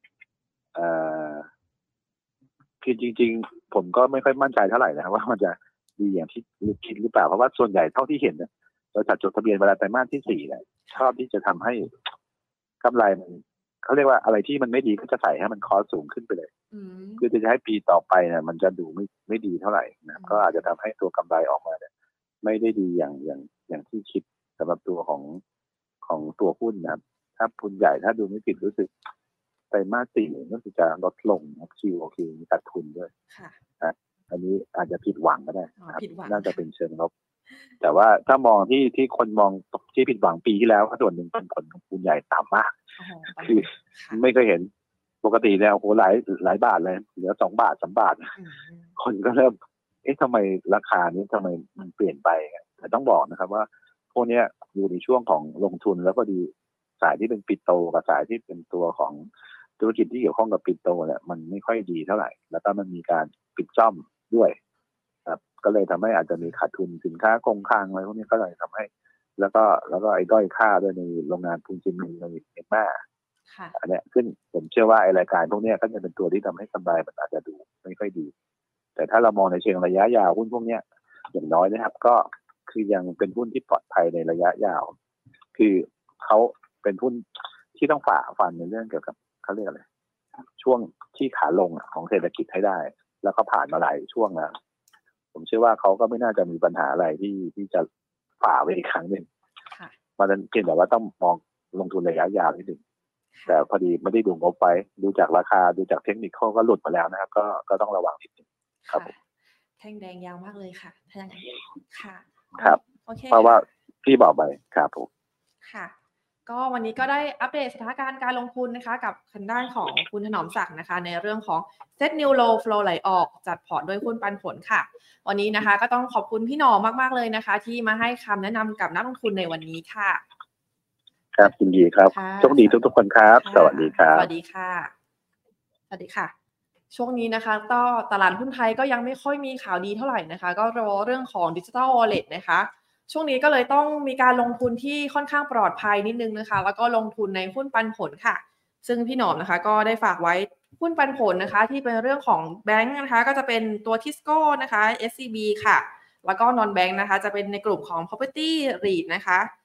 คือจริงๆผมก็ไม่ค่อยมั่นใจเท่าไหร่นะว่ามันจะดีอย่างที่คิดหรือเปล่าเพราะว่าส่วนใหญ่เท่าที่เห็นเนี่ยบริษัทจดทะเบียนเวลาไตรมาสที่4เนี่ยชอบที่จะทำให้กำไรมันเขาเรียกว่าอะไรที่มันไม่ดีก็จะใส่ให้มันคอสสูงขึ้นไปเลยคือจะให้ปีต่อไปเนี่ยมันจะดูไม่ดีเท่าไหร่นะก็อาจจะทำให้ตัวกำไรออกมาเนี่ยไม่ได้ดีอย่างที่คิดสำหรับตัวของตัวหุ้นนะครับถ้าหุ้นใหญ่ถ้าดูไม่ผิดรู้สึกไตรมาส 4ก็คือจะลดลงนะQOQมีขาดทุนด้วยอันนี้อาจจะผิดหวังก็ได้นะครับน่าจะเป็นเชิงลบแต่ว่าถ้ามองที่คนมองที่ผิดหวังปีที่แล้วส่วนหนึ่งเป็นผลของหุ้นใหญ่ต่ำมากคือไม่เคยเห็นปกติเนี่ยโอ้โหหลายบาทเลยเหลือ2 บาท 3 บาทคนก็เริ่มทำไมราคานี้ทำไมมันเปลี่ยนไปแต่ต้องบอกนะครับว่าพวกนี้อยู่ในช่วงของลงทุนแล้วก็ดีสายที่เป็นปิโตรกับสายที่เป็นตัวของธุรกิจที่เกี่ยวข้องกับปิโตรเนี่ยมันไม่ค่อยดีเท่าไหร่แล้วก็มันมีการปิดซ่อมด้วยครับก็เลยทำให้อาจจะมีขาดทุนสินค้าคงคลังอะไรพวกนี้ก็เลยทำให้แล้วก็ไอ้ด้อยค่าด้วยในโรงงานปูนซีเมนต์ในเมียนมาอันนี้ขึ้นผมเชื่อว่าไอ้รายการพวกนี้ก็จะเป็นตัวที่ทำให้กำไรมันอาจจะดูไม่ค่อยดีแต่ถ้าเรามองในเชิงระยะยาวหุ้นพวกนี้อย่างน้อยนะครับก็คือยังเป็นหุ้นที่ปลอดภัยในระยะยาวคือเขาเป็นหุ้นที่ต้องฝ่าฟันในเรื่องเกี่ยวกับเขาเรียกอะไรช่วงที่ขาลงของเศรษฐกิจให้ได้แล้วก็ผ่านมาหลายช่วงแล้วผมเชื่อว่าเขาก็ไม่น่าจะมีปัญหาอะไรที่จะฝ่าไปอีกครั้งหนึ่งมันเพียงแต่ว่าต้องมองลงทุนระยะยาวนิดนึงแต่พอดีไม่ได้ดูงบไปดูจากราคาดูจากเทคนิคก็หลุดมาแล้วนะครับก็ต้องระวังนิดนึงครับแท่งแดงยาวมากเลยค่ะแท่งค่ะครับเพราะว่าพี่บอกไปครับผมค่ะก็วันนี้ก็ได้อัปเดตสถานการณ์การลงทุนนะคะกับทางด้านของคุณถนอมศักดิ์นะคะในเรื่องของ Set New Low Flow ไหลออกจัดพอร์ตด้วยหุ้นปันผลค่ะวันนี้นะคะก็ต้องขอบคุณพี่หนอมมากๆเลยนะคะที่มาให้คำแนะนำกับนักลงทุนในวันนี้ค่ะครับยินดีครับโชคดีทุกคนครับสวัสดีครับสวัสดีค่ะสวัสดีค่ะช่วงนี้นะคะก็ตลาดหุ้นไทยก็ยังไม่ค่อยมีข่าวดีเท่าไหร่นะคะก็รอเรื่องของ Digital Wallet นะคะช่วงนี้ก็เลยต้องมีการลงทุนที่ค่อนข้างปลอดภัยนิดนึงนะคะแล้วก็ลงทุนในหุ้นปันผลค่ะซึ่งพี่หนอมนะคะก็ได้ฝากไว้หุ้นปันผลนะคะที่เป็นเรื่องของแบงค์นะคะก็จะเป็นตัว Tisco นะคะ SCB ค่ะแล้วก็ Non Bank นะคะจะเป็นในกลุ่มของ Property REIT นะคะ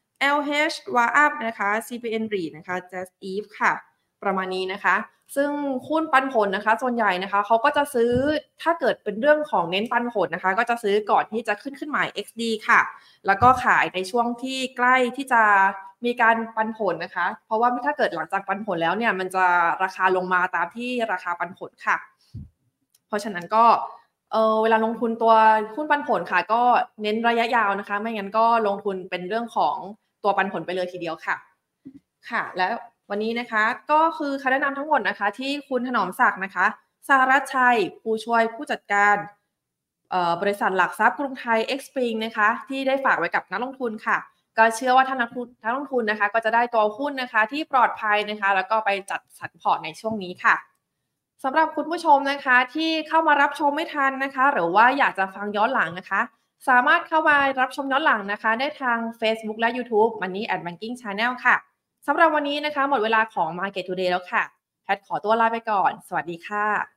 LH WAUP นะคะ CPN REIT นะคะ Jazz Eve ค่ะประมาณนี้นะคะซึ่งหุ้นปันผลนะคะส่วนใหญ่นะคะเขาก็จะซื้อถ้าเกิดเป็นเรื่องของเน้นปันผลนะคะก็จะซื้อก่อนที่จะขึ้นหมาย XD ค่ะแล้วก็ขายในช่วงที่ใกล้ที่จะมีการปันผลนะคะเพราะว่าถ้าเกิดหลังจากปันผลแล้วเนี่ยมันจะราคาลงมาตามที่ราคาปันผลค่ะเพราะฉะนั้นก็เวลาลงทุนตัวหุ้นปันผลค่ะก็เน้นระยะยาวนะคะไม่งั้นก็ลงทุนเป็นเรื่องของตัวปันผลไปเลยทีเดียวค่ะค่ะแล้ววันนี้นะคะก็คือคำแนะนำทั้งหมดนะคะที่คุณถนอมศักดิ์นะคะสหรัชชัยผู้ช่วยผู้จัดการบริษัทหลักทรัพย์กรุงไทย Xpring นะคะที่ได้ฝากไว้กับนักลงทุนค่ะก็เชื่อว่าท่านนักลงทุนนะคะก็จะได้ตัวหุ้นนะคะที่ปลอดภัยนะคะแล้วก็ไปจัดสรรพอร์ตในช่วงนี้ค่ะสำหรับคุณผู้ชมนะคะที่เข้ามารับชมไม่ทันนะคะหรือว่าอยากจะฟังย้อนหลังนะคะสามารถเข้ามารับชมย้อนหลังนะคะได้ทาง Facebook และ YouTube Money and Banking Channel ค่ะสำหรับวันนี้นะคะหมดเวลาของ Market Today แล้วค่ะแพทขอตัวลาไปก่อนสวัสดีค่ะ